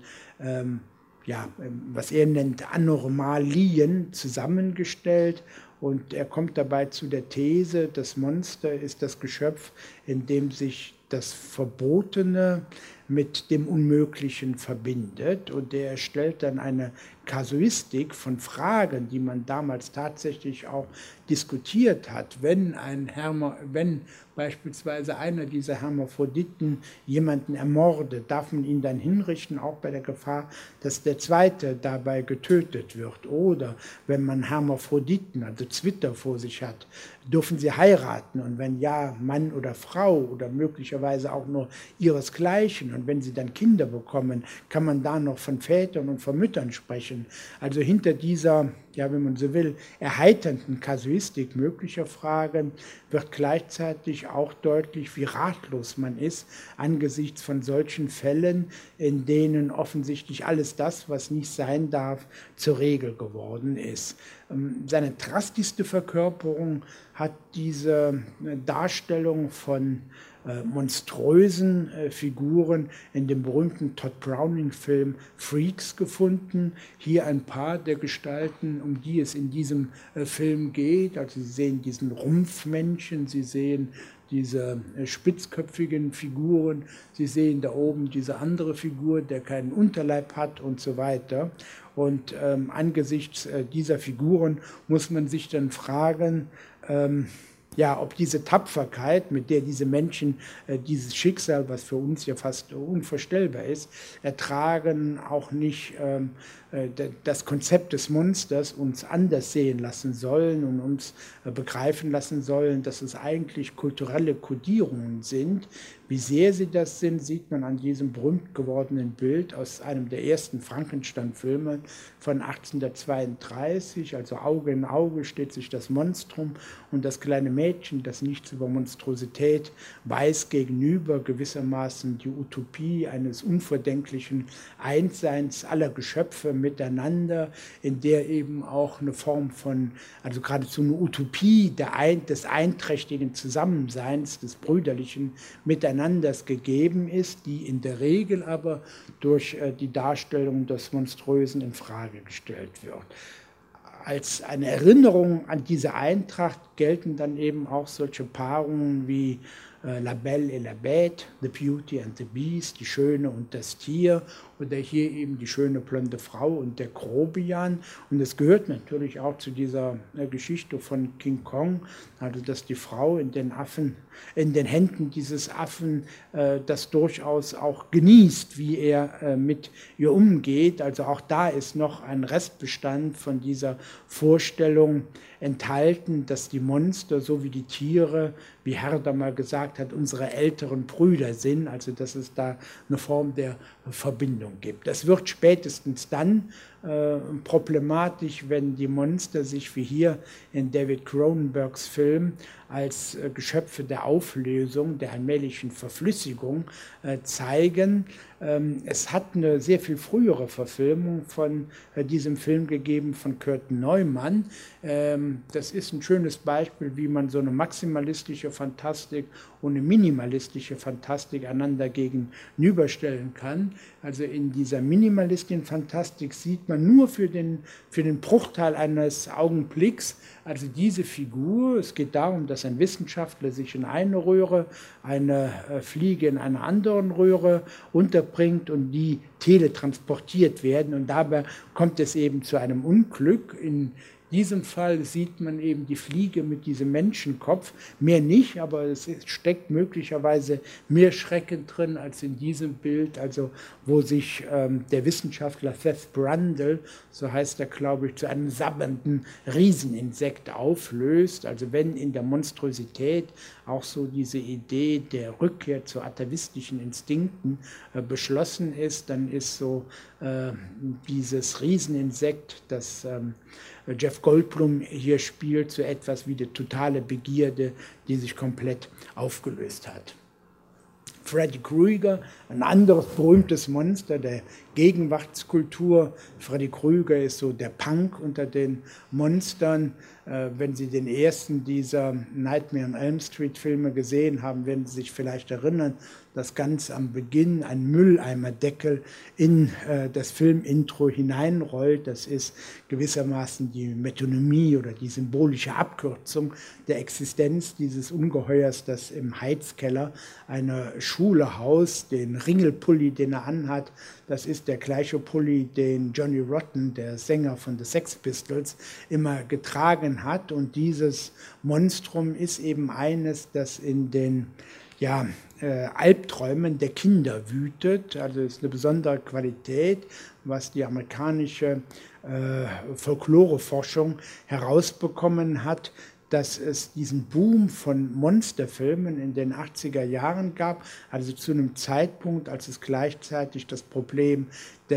was er nennt Anormalien zusammengestellt, und er kommt dabei zu der These, das Monster ist das Geschöpf, in dem sich das Verbotene mit dem Unmöglichen verbindet, und er erstellt dann eine Kasuistik von Fragen, die man damals tatsächlich auch diskutiert hat. Wenn beispielsweise einer dieser Hermaphroditen jemanden ermordet, darf man ihn dann hinrichten, auch bei der Gefahr, dass der Zweite dabei getötet wird. Oder wenn man Hermaphroditen, also Zwitter vor sich hat, dürfen sie heiraten, und wenn ja, Mann oder Frau oder möglicherweise auch nur ihresgleichen, und wenn sie dann Kinder bekommen, kann man da noch von Vätern und von Müttern sprechen. Also hinter dieser, ja, wenn man so will, erheiternden Kasuistik möglicher Fragen wird gleichzeitig auch deutlich, wie ratlos man ist angesichts von solchen Fällen, in denen offensichtlich alles das, was nicht sein darf, zur Regel geworden ist. Seine drastischste Verkörperung hat diese Darstellung von monströsen Figuren in dem berühmten Todd Browning-Film Freaks gefunden. Hier ein paar der Gestalten, um die es in diesem Film geht. Also Sie sehen diesen Rumpfmännchen, Sie sehen diese spitzköpfigen Figuren, Sie sehen da oben diese andere Figur, der keinen Unterleib hat und so weiter. Und angesichts dieser Figuren muss man sich dann fragen, ob diese Tapferkeit, mit der diese Menschen dieses Schicksal, was für uns ja fast unvorstellbar ist, ertragen, auch nicht das Konzept des Monsters uns anders sehen lassen sollen und uns begreifen lassen sollen, dass es eigentlich kulturelle Kodierungen sind. Wie sehr sie das sind, sieht man an diesem berühmt gewordenen Bild aus einem der ersten Frankenstein-Filme von 1832. Also Auge in Auge steht sich das Monstrum und das kleine Mädchen, das nichts über Monstrosität weiß, gegenüber, gewissermaßen die Utopie eines unvordenklichen Einsseins aller Geschöpfe miteinander, in der eben auch eine Form von, also geradezu eine Utopie des einträchtigen Zusammenseins, des brüderlichen Miteinanders gegeben ist, die in der Regel aber durch die Darstellung des Monströsen in Frage gestellt wird. Als eine Erinnerung an diese Eintracht gelten dann eben auch solche Paarungen wie La Belle et la Bête, The Beauty and the Beast, die Schöne und das Tier, oder hier eben die schöne blonde Frau und der Grobian. Und es gehört natürlich auch zu dieser Geschichte von King Kong, also dass die Frau in den Händen dieses Affen das durchaus auch genießt, wie er mit ihr umgeht. Also auch da ist noch ein Restbestand von dieser Vorstellung enthalten, dass die Monster, so wie die Tiere, wie Herder mal gesagt hat, unsere älteren Brüder sind, also dass es da eine Form der Verbindung gibt. Das wird spätestens dann problematisch, wenn die Monster sich wie hier in David Cronenbergs Film als Geschöpfe der Auflösung, der allmählichen Verflüssigung zeigen. Es hat eine sehr viel frühere Verfilmung von diesem Film gegeben von Kurt Neumann. Das ist ein schönes Beispiel, wie man so eine maximalistische Fantastik und eine minimalistische Fantastik einander gegenüberstellen kann. Also in dieser minimalistischen Fantastik sieht man nur für den Bruchteil eines Augenblicks, also diese Figur. Es geht darum, dass ein Wissenschaftler sich in eine Röhre, eine Fliege in einer anderen Röhre unterbringt und die teletransportiert werden. Und dabei kommt es eben zu einem Unglück. In diesem Fall sieht man eben die Fliege mit diesem Menschenkopf, mehr nicht, aber es steckt möglicherweise mehr Schrecken drin als in diesem Bild, also wo sich der Wissenschaftler Seth Brundle, so heißt er, glaube ich, zu einem sabbernden Rieseninsekt auflöst. Also wenn in der Monstrosität auch so diese Idee der Rückkehr zu atavistischen Instinkten beschlossen ist, dann ist so dieses Rieseninsekt, das Jeff Goldblum hier spielt, so etwas wie die totale Begierde, die sich komplett aufgelöst hat. Freddy Krueger, ein anderes berühmtes Monster der Gegenwartskultur. Freddy Krueger ist so der Punk unter den Monstern. Wenn Sie den ersten dieser Nightmare on Elm Street Filme gesehen haben, werden Sie sich vielleicht erinnern, dass ganz am Beginn ein Mülleimerdeckel in das Filmintro hineinrollt. Das ist gewissermaßen die Metonymie oder die symbolische Abkürzung der Existenz dieses Ungeheuers, das im Heizkeller einer Schule haust. Den Ringelpulli, den er anhat, das ist der gleiche Pulli, den Johnny Rotten, der Sänger von The Sex Pistols, immer getragen hat. Und dieses Monstrum ist eben eines, das in den Albträumen der Kinder wütet. Also es ist eine besondere Qualität, was die amerikanische Folkloreforschung herausbekommen hat, dass es diesen Boom von Monsterfilmen in den 80er Jahren gab, also zu einem Zeitpunkt, als es gleichzeitig das Problem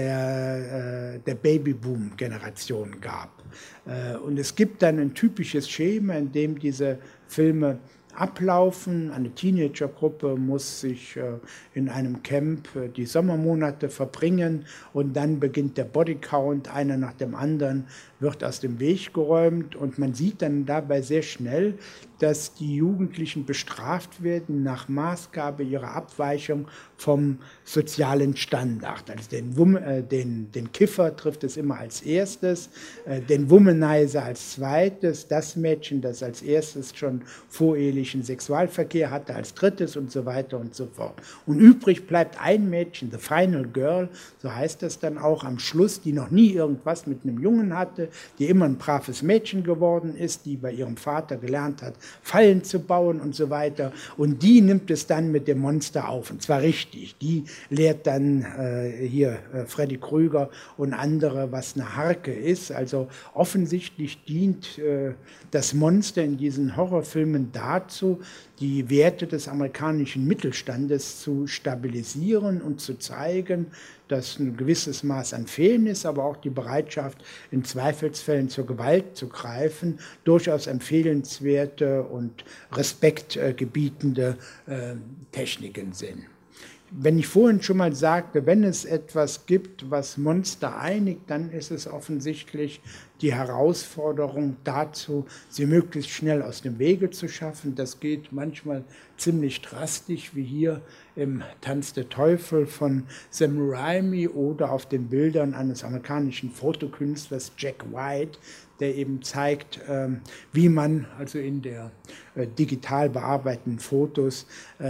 der Babyboom-Generation gab. Und es gibt dann ein typisches Schema, in dem diese Filme ablaufen. Eine Teenagergruppe muss sich in einem Camp die Sommermonate verbringen und dann beginnt der Bodycount, einer nach dem anderen wird aus dem Weg geräumt und man sieht dann dabei sehr schnell, dass die Jugendlichen bestraft werden nach Maßgabe ihrer Abweichung vom sozialen Standard. Also den Kiffer trifft es immer als erstes, den Womanizer als zweites, das Mädchen, das als erstes schon vorehelichen Sexualverkehr hatte, als drittes und so weiter und so fort. Und übrig bleibt ein Mädchen, the final girl, so heißt das dann auch am Schluss, die noch nie irgendwas mit einem Jungen hatte, die immer ein braves Mädchen geworden ist, die bei ihrem Vater gelernt hat, Fallen zu bauen und so weiter. Und die nimmt es dann mit dem Monster auf, und zwar richtig. Die lehrt dann Freddy Krueger und andere, was eine Harke ist. Also offensichtlich dient das Monster in diesen Horrorfilmen dazu, die Werte des amerikanischen Mittelstandes zu stabilisieren und zu zeigen, dass ein gewisses Maß an Fehlen ist, aber auch die Bereitschaft, in Zweifelsfällen zur Gewalt zu greifen, durchaus empfehlenswerte und respektgebietende Techniken sind. Wenn ich vorhin schon mal sagte, wenn es etwas gibt, was Monster einigt, dann ist es offensichtlich die Herausforderung dazu, sie möglichst schnell aus dem Wege zu schaffen. Das geht manchmal ziemlich drastisch, wie hier im Tanz der Teufel von Sam Raimi oder auf den Bildern eines amerikanischen Fotokünstlers Jack White, der eben zeigt, wie man also in der digital bearbeiteten Fotos,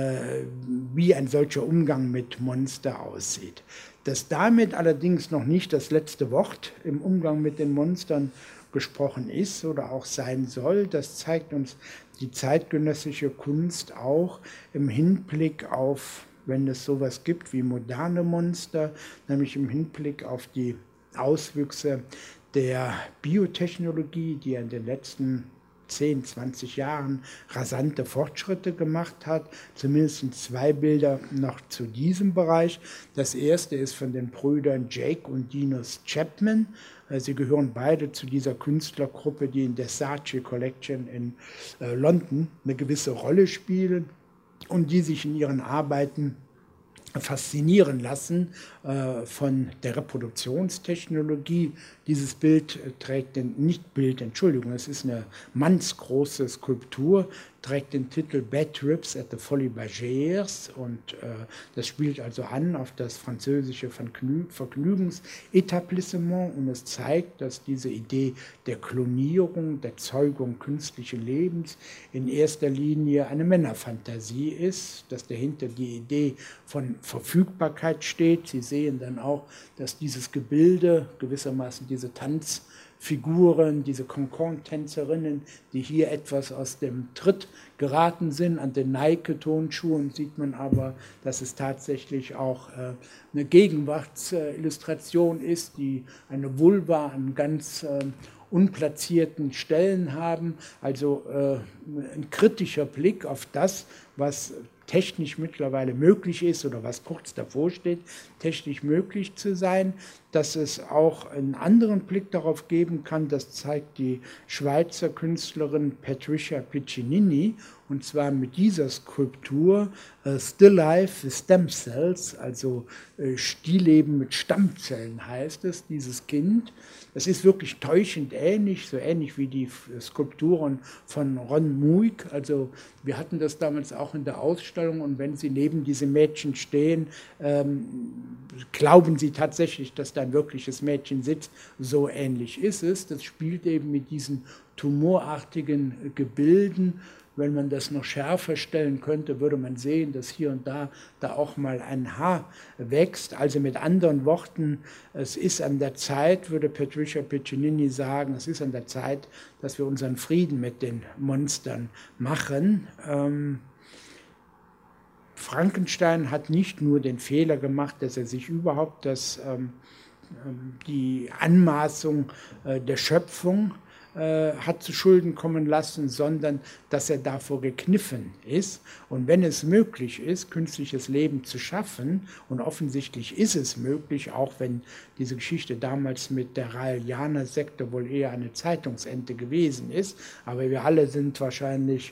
wie ein solcher Umgang mit Monster aussieht. Dass damit allerdings noch nicht das letzte Wort im Umgang mit den Monstern gesprochen ist oder auch sein soll, das zeigt uns die zeitgenössische Kunst auch im Hinblick auf, wenn es sowas gibt wie moderne Monster, nämlich im Hinblick auf die Auswüchse der Biotechnologie, die in den letzten 10, 20 Jahren rasante Fortschritte gemacht hat. Zumindest 2 Bilder noch zu diesem Bereich. Das erste ist von den Brüdern Jake und Dinos Chapman. Sie gehören beide zu dieser Künstlergruppe, die in der Saatchi Collection in London eine gewisse Rolle spielen und die sich in ihren Arbeiten faszinieren lassen von der Reproduktionstechnologie. Dieses Bild trägt es ist eine mannsgroße Skulptur, trägt den Titel Bad Trips at the Folies Bergère und das spielt also an auf das französische Vergnügungsetablissement und es zeigt, dass diese Idee der Klonierung, der Zeugung künstlichen Lebens in erster Linie eine Männerfantasie ist, dass dahinter die Idee von Verfügbarkeit steht. Sie sehen dann auch, dass dieses Gebilde, gewissermaßen diese Tanzfiguren, Figuren, diese Concon-Tänzerinnen, die hier etwas aus dem Tritt geraten sind. An den Nike-Tonschuhen sieht man aber, dass es tatsächlich auch eine Gegenwartsillustration ist, die eine Vulva an ganz unplatzierten Stellen haben. Also ein kritischer Blick auf das, was technisch mittlerweile möglich ist oder was kurz davor steht, technisch möglich zu sein, dass es auch einen anderen Blick darauf geben kann, das zeigt die Schweizer Künstlerin Patricia Piccinini, und zwar mit dieser Skulptur Still Life with Stem Cells, also Stillleben mit Stammzellen heißt es, dieses Kind. Es ist wirklich täuschend ähnlich, so ähnlich wie die Skulpturen von Ron Muig. Also wir hatten das damals auch in der Ausstellung, und wenn Sie neben diesem Mädchen stehen, glauben Sie tatsächlich, dass da ein wirkliches Mädchen sitzt. So ähnlich ist es. Das spielt eben mit diesen tumorartigen Gebilden. Wenn man das noch schärfer stellen könnte, würde man sehen, dass hier und da auch mal ein Haar wächst. Also mit anderen Worten, es ist an der Zeit, würde Patricia Piccinini sagen, es ist an der Zeit, dass wir unseren Frieden mit den Monstern machen. Frankenstein hat nicht nur den Fehler gemacht, dass er sich überhaupt die Anmaßung der Schöpfung hat zu Schulden kommen lassen, sondern dass er davor gekniffen ist. Und wenn es möglich ist, künstliches Leben zu schaffen, und offensichtlich ist es möglich, auch wenn diese Geschichte damals mit der Raelianer-Sekte wohl eher eine Zeitungsente gewesen ist, aber wir alle sind wahrscheinlich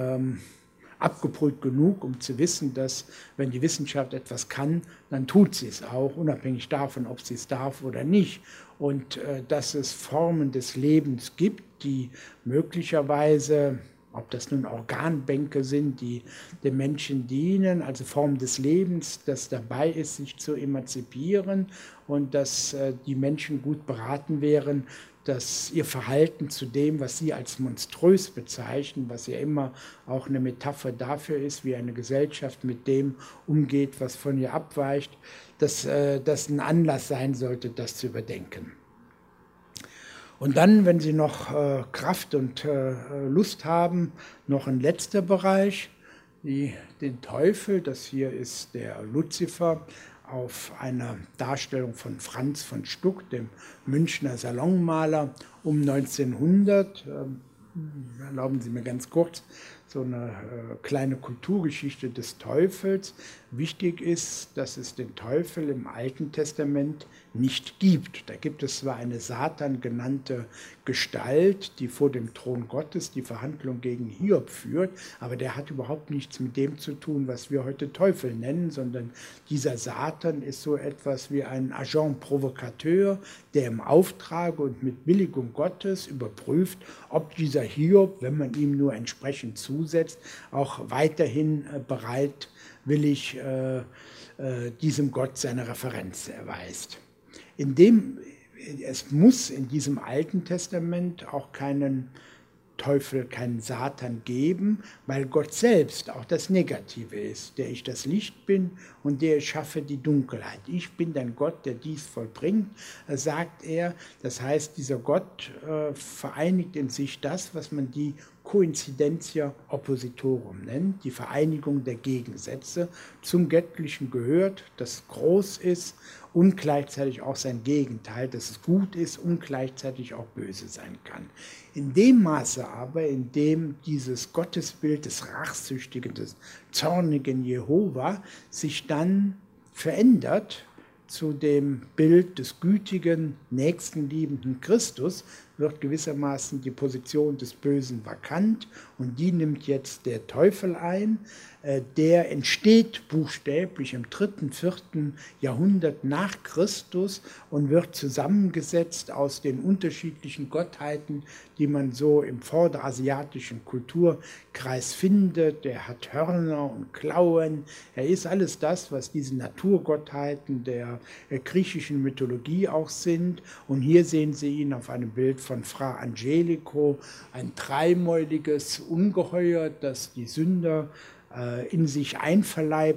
abgebrüht genug, um zu wissen, dass, wenn die Wissenschaft etwas kann, dann tut sie es auch, unabhängig davon, ob sie es darf oder nicht. Und dass es Formen des Lebens gibt, die möglicherweise, ob das nun Organbänke sind, die dem Menschen dienen, also Formen des Lebens, das dabei ist, sich zu emanzipieren, und dass die Menschen gut beraten wären, dass ihr Verhalten zu dem, was sie als monströs bezeichnen, was ja immer auch eine Metapher dafür ist, wie eine Gesellschaft mit dem umgeht, was von ihr abweicht, dass das ein Anlass sein sollte, das zu überdenken. Und dann, wenn Sie noch Kraft und Lust haben, noch ein letzter Bereich, den Teufel. Das hier ist der Luzifer auf einer Darstellung von Franz von Stuck, dem Münchner Salonmaler um 1900. Erlauben Sie mir ganz kurz so eine kleine Kulturgeschichte des Teufels. Wichtig ist, dass es den Teufel im Alten Testament nicht gibt. Da gibt es zwar eine Satan genannte Gestalt, die vor dem Thron Gottes die Verhandlung gegen Hiob führt, aber der hat überhaupt nichts mit dem zu tun, was wir heute Teufel nennen, sondern dieser Satan ist so etwas wie ein Agent Provocateur, der im Auftrage und mit Billigung Gottes überprüft, ob dieser Hiob, wenn man ihm nur entsprechend zusetzt, auch weiterhin bereitwillig diesem Gott seine Referenz erweist. Es muss in diesem Alten Testament auch keinen Teufel, keinen Satan geben, weil Gott selbst auch das Negative ist, der ich das Licht bin und der ich schaffe die Dunkelheit. Ich bin dein Gott, der dies vollbringt, sagt er. Das heißt, dieser Gott vereinigt in sich das, was man die Coincidentia Oppositorum nennt, die Vereinigung der Gegensätze. Zum Göttlichen gehört, das groß ist und gleichzeitig auch sein Gegenteil, dass es gut ist und gleichzeitig auch böse sein kann. In dem Maße aber, in dem dieses Gottesbild des rachsüchtigen, des zornigen Jehova sich dann verändert zu dem Bild des gütigen, nächstenliebenden Christus, wird gewissermaßen die Position des Bösen vakant, und die nimmt jetzt der Teufel ein. Der entsteht buchstäblich im 3., 4. Jahrhundert nach Christus und wird zusammengesetzt aus den unterschiedlichen Gottheiten, die man so im vorderasiatischen Kulturkreis findet. Er hat Hörner und Klauen. Er ist alles das, was diese Naturgottheiten der griechischen Mythologie auch sind. Und hier sehen Sie ihn auf einem Bild von Fra Angelico, ein dreimäuliges Ungeheuer, das die Sünder in sich einverleibt,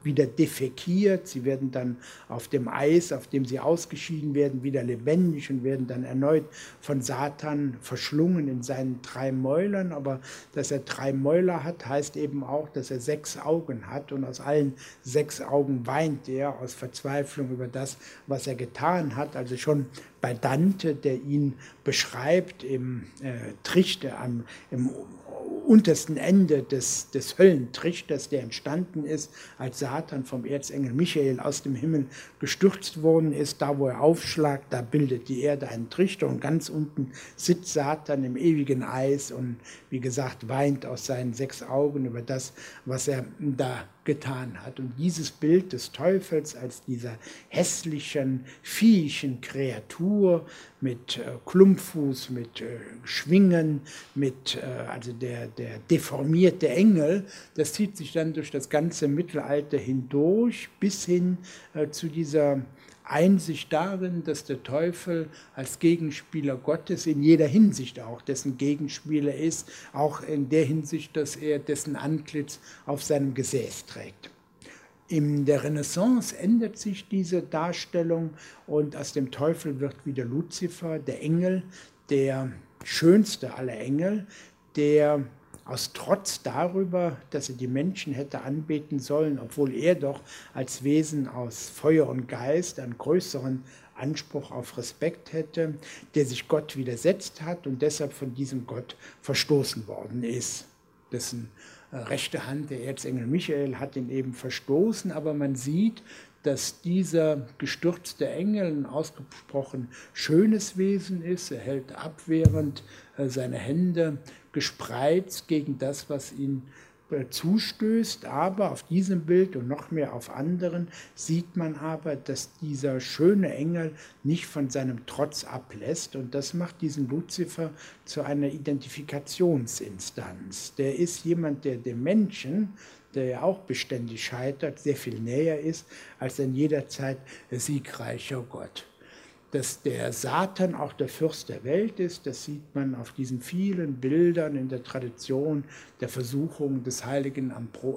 wieder defekiert, sie werden dann auf dem Eis, auf dem sie ausgeschieden werden, wieder lebendig und werden dann erneut von Satan verschlungen in seinen 3 Mäulern. Aber dass er 3 Mäuler hat, heißt eben auch, dass er 6 Augen hat, und aus allen 6 Augen weint er aus Verzweiflung über das, was er getan hat. Also schon bei Dante, der ihn beschreibt im Trichter, im untersten Ende des Höllentrichters, der entstanden ist, als Satan vom Erzengel Michael aus dem Himmel gestürzt worden ist. Da, wo er aufschlagt, da bildet die Erde einen Trichter, und ganz unten sitzt Satan im ewigen Eis und, wie gesagt, weint aus seinen 6 Augen über das, was er da getan hat. Und dieses Bild des Teufels als dieser hässlichen, viehischen Kreatur mit Klumpfuß, mit Schwingen, mit also der deformierte Engel, das zieht sich dann durch das ganze Mittelalter hindurch bis hin zu dieser Einsicht darin, dass der Teufel als Gegenspieler Gottes in jeder Hinsicht auch dessen Gegenspieler ist, auch in der Hinsicht, dass er dessen Antlitz auf seinem Gesäß trägt. In der Renaissance ändert sich diese Darstellung, und aus dem Teufel wird wieder Luzifer, der Engel, der schönste aller Engel, der aus Trotz darüber, dass er die Menschen hätte anbeten sollen, obwohl er doch als Wesen aus Feuer und Geist einen größeren Anspruch auf Respekt hätte, der sich Gott widersetzt hat und deshalb von diesem Gott verstoßen worden ist. Dessen rechte Hand, der Erzengel Michael, hat ihn eben verstoßen, aber man sieht, dass dieser gestürzte Engel ein ausgesprochen schönes Wesen ist. Er hält abwehrend seine Hände gespreizt gegen das, was ihn zustößt, aber auf diesem Bild und noch mehr auf anderen sieht man aber, dass dieser schöne Engel nicht von seinem Trotz ablässt, und das macht diesen Luzifer zu einer Identifikationsinstanz. Der ist jemand, der dem Menschen, der ja auch beständig scheitert, sehr viel näher ist als ein jederzeit siegreicher Gott. Dass der Satan auch der Fürst der Welt ist, das sieht man auf diesen vielen Bildern in der Tradition der Versuchung des heiligen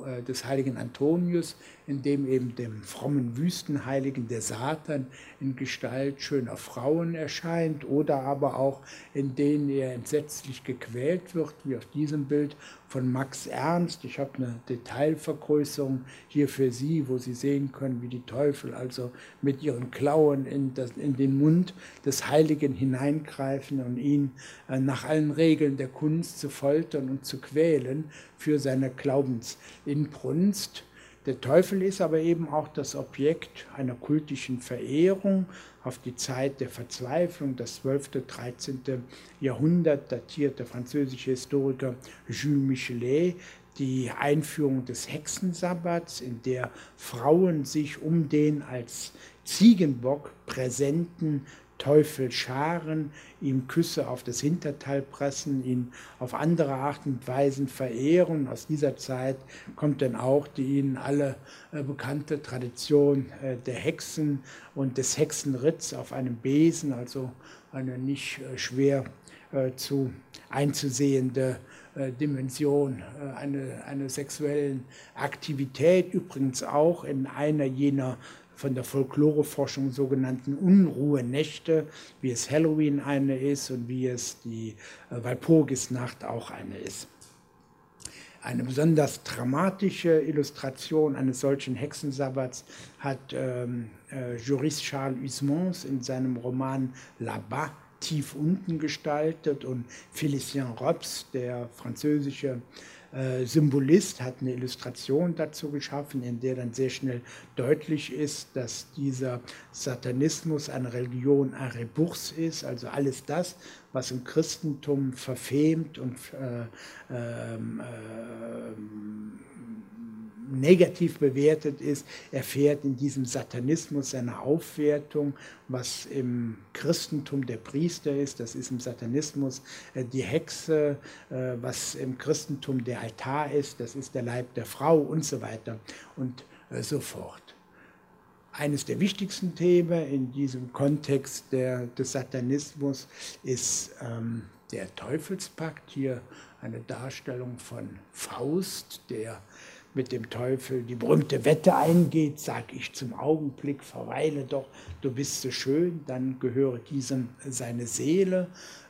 Antonius, in dem eben dem frommen Wüstenheiligen der Satan in Gestalt schöner Frauen erscheint, oder aber auch in denen er entsetzlich gequält wird, wie auf diesem Bild von Max Ernst. Ich habe eine Detailvergrößerung hier für Sie, wo Sie sehen können, wie die Teufel also mit ihren Klauen in den Mund des Heiligen hineingreifen und ihn nach allen Regeln der Kunst zu foltern und zu quälen für seine Glaubensinbrunst. Der Teufel ist aber eben auch das Objekt einer kultischen Verehrung. Auf die Zeit der Verzweiflung, das 12. und 13. Jahrhundert, datiert der französische Historiker Jules Michelet die Einführung des Hexensabbats, in der Frauen sich um den als Ziegenbock präsenten Teufel scharen, ihm Küsse auf das Hinterteil pressen, ihn auf andere Art und Weisen verehren. Aus dieser Zeit kommt dann auch die Ihnen alle bekannte Tradition der Hexen und des Hexenritts auf einem Besen, also eine nicht schwer einzusehende Dimension einer sexuellen Aktivität, übrigens auch in einer jener von der Folkloreforschung sogenannten Unruhenächte, wie es Halloween eine ist und wie es die Walpurgisnacht auch eine ist. Eine besonders dramatische Illustration eines solchen Hexensabbats hat Joris Charles Huysmans in seinem Roman Là-bas tief unten gestaltet, und Félicien Rops, der französische Symbolist, hat eine Illustration dazu geschaffen, in der dann sehr schnell deutlich ist, dass dieser Satanismus eine Religion à rebours ist, also alles das, was im Christentum verfemt und negativ bewertet ist, erfährt in diesem Satanismus seine Aufwertung. Was im Christentum der Priester ist, das ist im Satanismus die Hexe. Was im Christentum der Altar ist, das ist der Leib der Frau und so weiter und so fort. Eines der wichtigsten Themen in diesem Kontext des Satanismus ist der Teufelspakt. Hier eine Darstellung von Faust, der mit dem Teufel die berühmte Wette eingeht, sag ich zum Augenblick, verweile doch, du bist so schön, dann gehöre diesem seine Seele.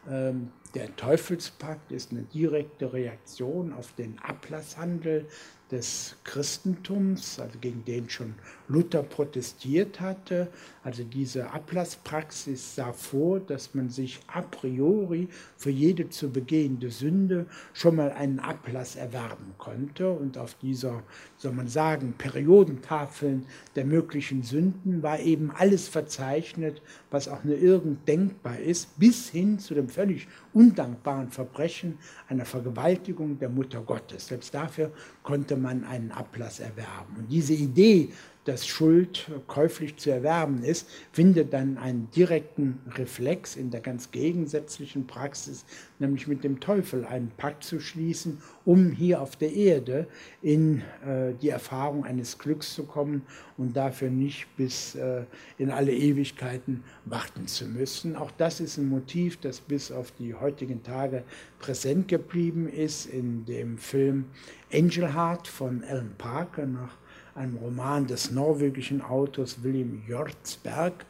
Der Teufelspakt ist eine direkte Reaktion auf den Ablasshandel des Christentums, also gegen den schon Luther protestiert hatte. Also diese Ablasspraxis sah vor, dass man sich a priori für jede zu begehende Sünde schon mal einen Ablass erwerben konnte. Und auf dieser, soll man sagen, Periodentafeln der möglichen Sünden war eben alles verzeichnet, was auch nur irgend denkbar ist, bis hin zu dem völlig undankbaren Verbrechen einer Vergewaltigung der Mutter Gottes. Selbst dafür konnte man einen Ablass erwerben. Und diese Idee, dass Schuld käuflich zu erwerben ist, findet dann einen direkten Reflex in der ganz gegensätzlichen Praxis, nämlich mit dem Teufel einen Pakt zu schließen, um hier auf der Erde in die Erfahrung eines Glücks zu kommen und dafür nicht bis in alle Ewigkeiten warten zu müssen. Auch das ist ein Motiv, das bis auf die heutigen Tage präsent geblieben ist in dem Film Angel Heart von Alan Parker nach einem Roman des norwegischen Autors William Hjortsberg,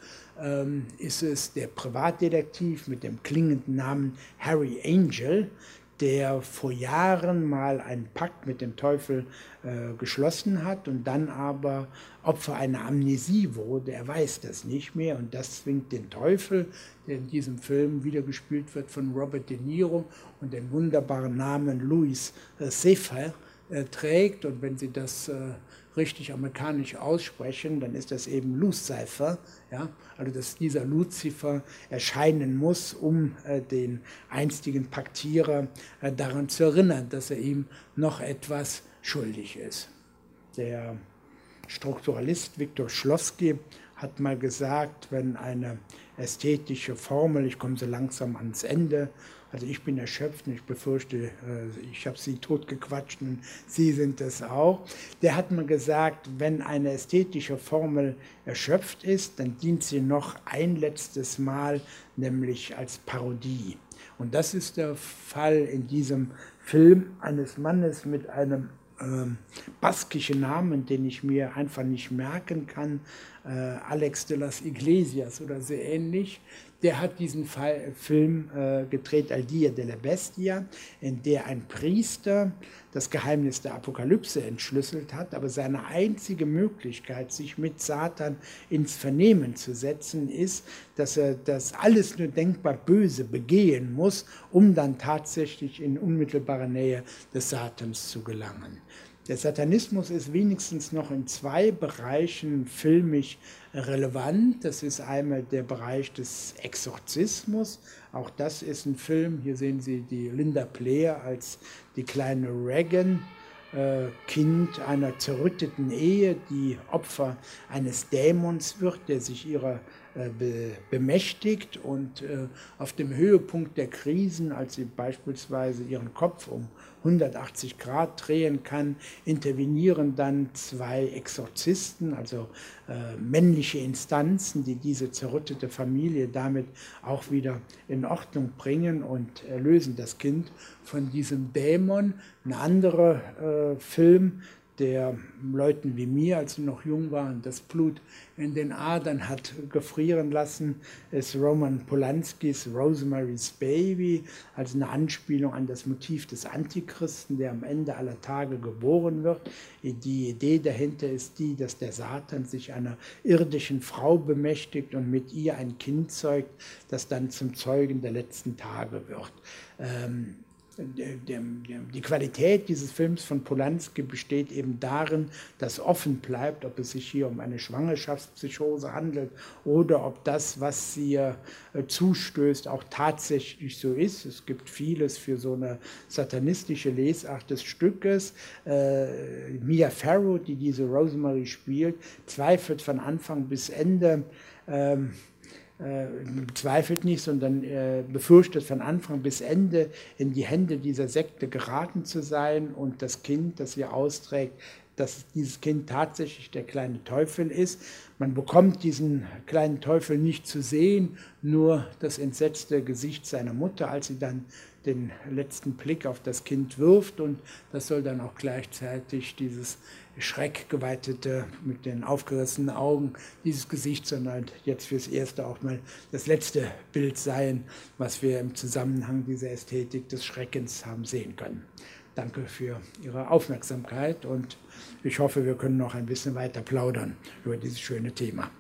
ist es der Privatdetektiv mit dem klingenden Namen Harry Angel, der vor Jahren mal einen Pakt mit dem Teufel geschlossen hat und dann aber Opfer einer Amnesie wurde. Er weiß das nicht mehr und das zwingt den Teufel, der in diesem Film wiedergespielt wird von Robert De Niro und den wunderbaren Namen Louis Sefer trägt. Und wenn Sie das richtig amerikanisch aussprechen, dann ist das eben Lucifer, ja? Also dass dieser Luzifer erscheinen muss, um den einstigen Paktierer daran zu erinnern, dass er ihm noch etwas schuldig ist. Der Strukturalist Viktor Schlowski hat mal gesagt, wenn eine ästhetische Formel, ich komme so langsam ans Ende, also ich bin erschöpft und ich befürchte, ich habe Sie totgequatscht und Sie sind es auch. Der hat mal gesagt, wenn eine ästhetische Formel erschöpft ist, dann dient sie noch ein letztes Mal, nämlich als Parodie. Und das ist der Fall in diesem Film eines Mannes mit einem baskischen Namen, den ich mir einfach nicht merken kann, Alex de las Iglesias oder so ähnlich. Der hat diesen Film gedreht, El Dia de la Bestia, in der ein Priester das Geheimnis der Apokalypse entschlüsselt hat, aber seine einzige Möglichkeit, sich mit Satan ins Vernehmen zu setzen, ist, dass er das alles nur denkbar Böse begehen muss, um dann tatsächlich in unmittelbarer Nähe des Satans zu gelangen. Der Satanismus ist wenigstens noch in zwei Bereichen filmisch relevant. Das ist einmal der Bereich des Exorzismus. Auch das ist ein Film. Hier sehen Sie die Linda Blair als die kleine Regan, Kind einer zerrütteten Ehe, die Opfer eines Dämons wird, der sich ihrer bemächtigt und auf dem Höhepunkt der Krisen, als sie beispielsweise ihren Kopf um 180 Grad drehen kann, intervenieren dann zwei Exorzisten, also männliche Instanzen, die diese zerrüttete Familie damit auch wieder in Ordnung bringen und erlösen das Kind von diesem Dämon. Ein anderer Film, der Leuten wie mir, als sie noch jung waren, das Blut in den Adern hat gefrieren lassen, ist Roman Polanskis Rosemary's Baby, also eine Anspielung an das Motiv des Antichristen, der am Ende aller Tage geboren wird. Die Idee dahinter ist die, dass der Satan sich einer irdischen Frau bemächtigt und mit ihr ein Kind zeugt, das dann zum Zeugen der letzten Tage wird. Die Qualität dieses Films von Polanski besteht eben darin, dass offen bleibt, ob es sich hier um eine Schwangerschaftspsychose handelt oder ob das, was ihr zustößt, auch tatsächlich so ist. Es gibt vieles für so eine satanistische Lesart des Stückes. Mia Farrow, die diese Rosemary spielt, zweifelt von Anfang bis Ende, zweifelt nicht, sondern befürchtet von Anfang bis Ende in die Hände dieser Sekte geraten zu sein und das Kind, das ihr austrägt, dass dieses Kind tatsächlich der kleine Teufel ist. Man bekommt diesen kleinen Teufel nicht zu sehen, nur das entsetzte Gesicht seiner Mutter, als sie dann den letzten Blick auf das Kind wirft, und das soll dann auch gleichzeitig dieses schreckgeweitete, mit den aufgerissenen Augen, dieses Gesicht, sondern jetzt fürs Erste auch mal das letzte Bild sein, was wir im Zusammenhang dieser Ästhetik des Schreckens haben sehen können. Danke für Ihre Aufmerksamkeit, und ich hoffe, wir können noch ein bisschen weiter plaudern über dieses schöne Thema.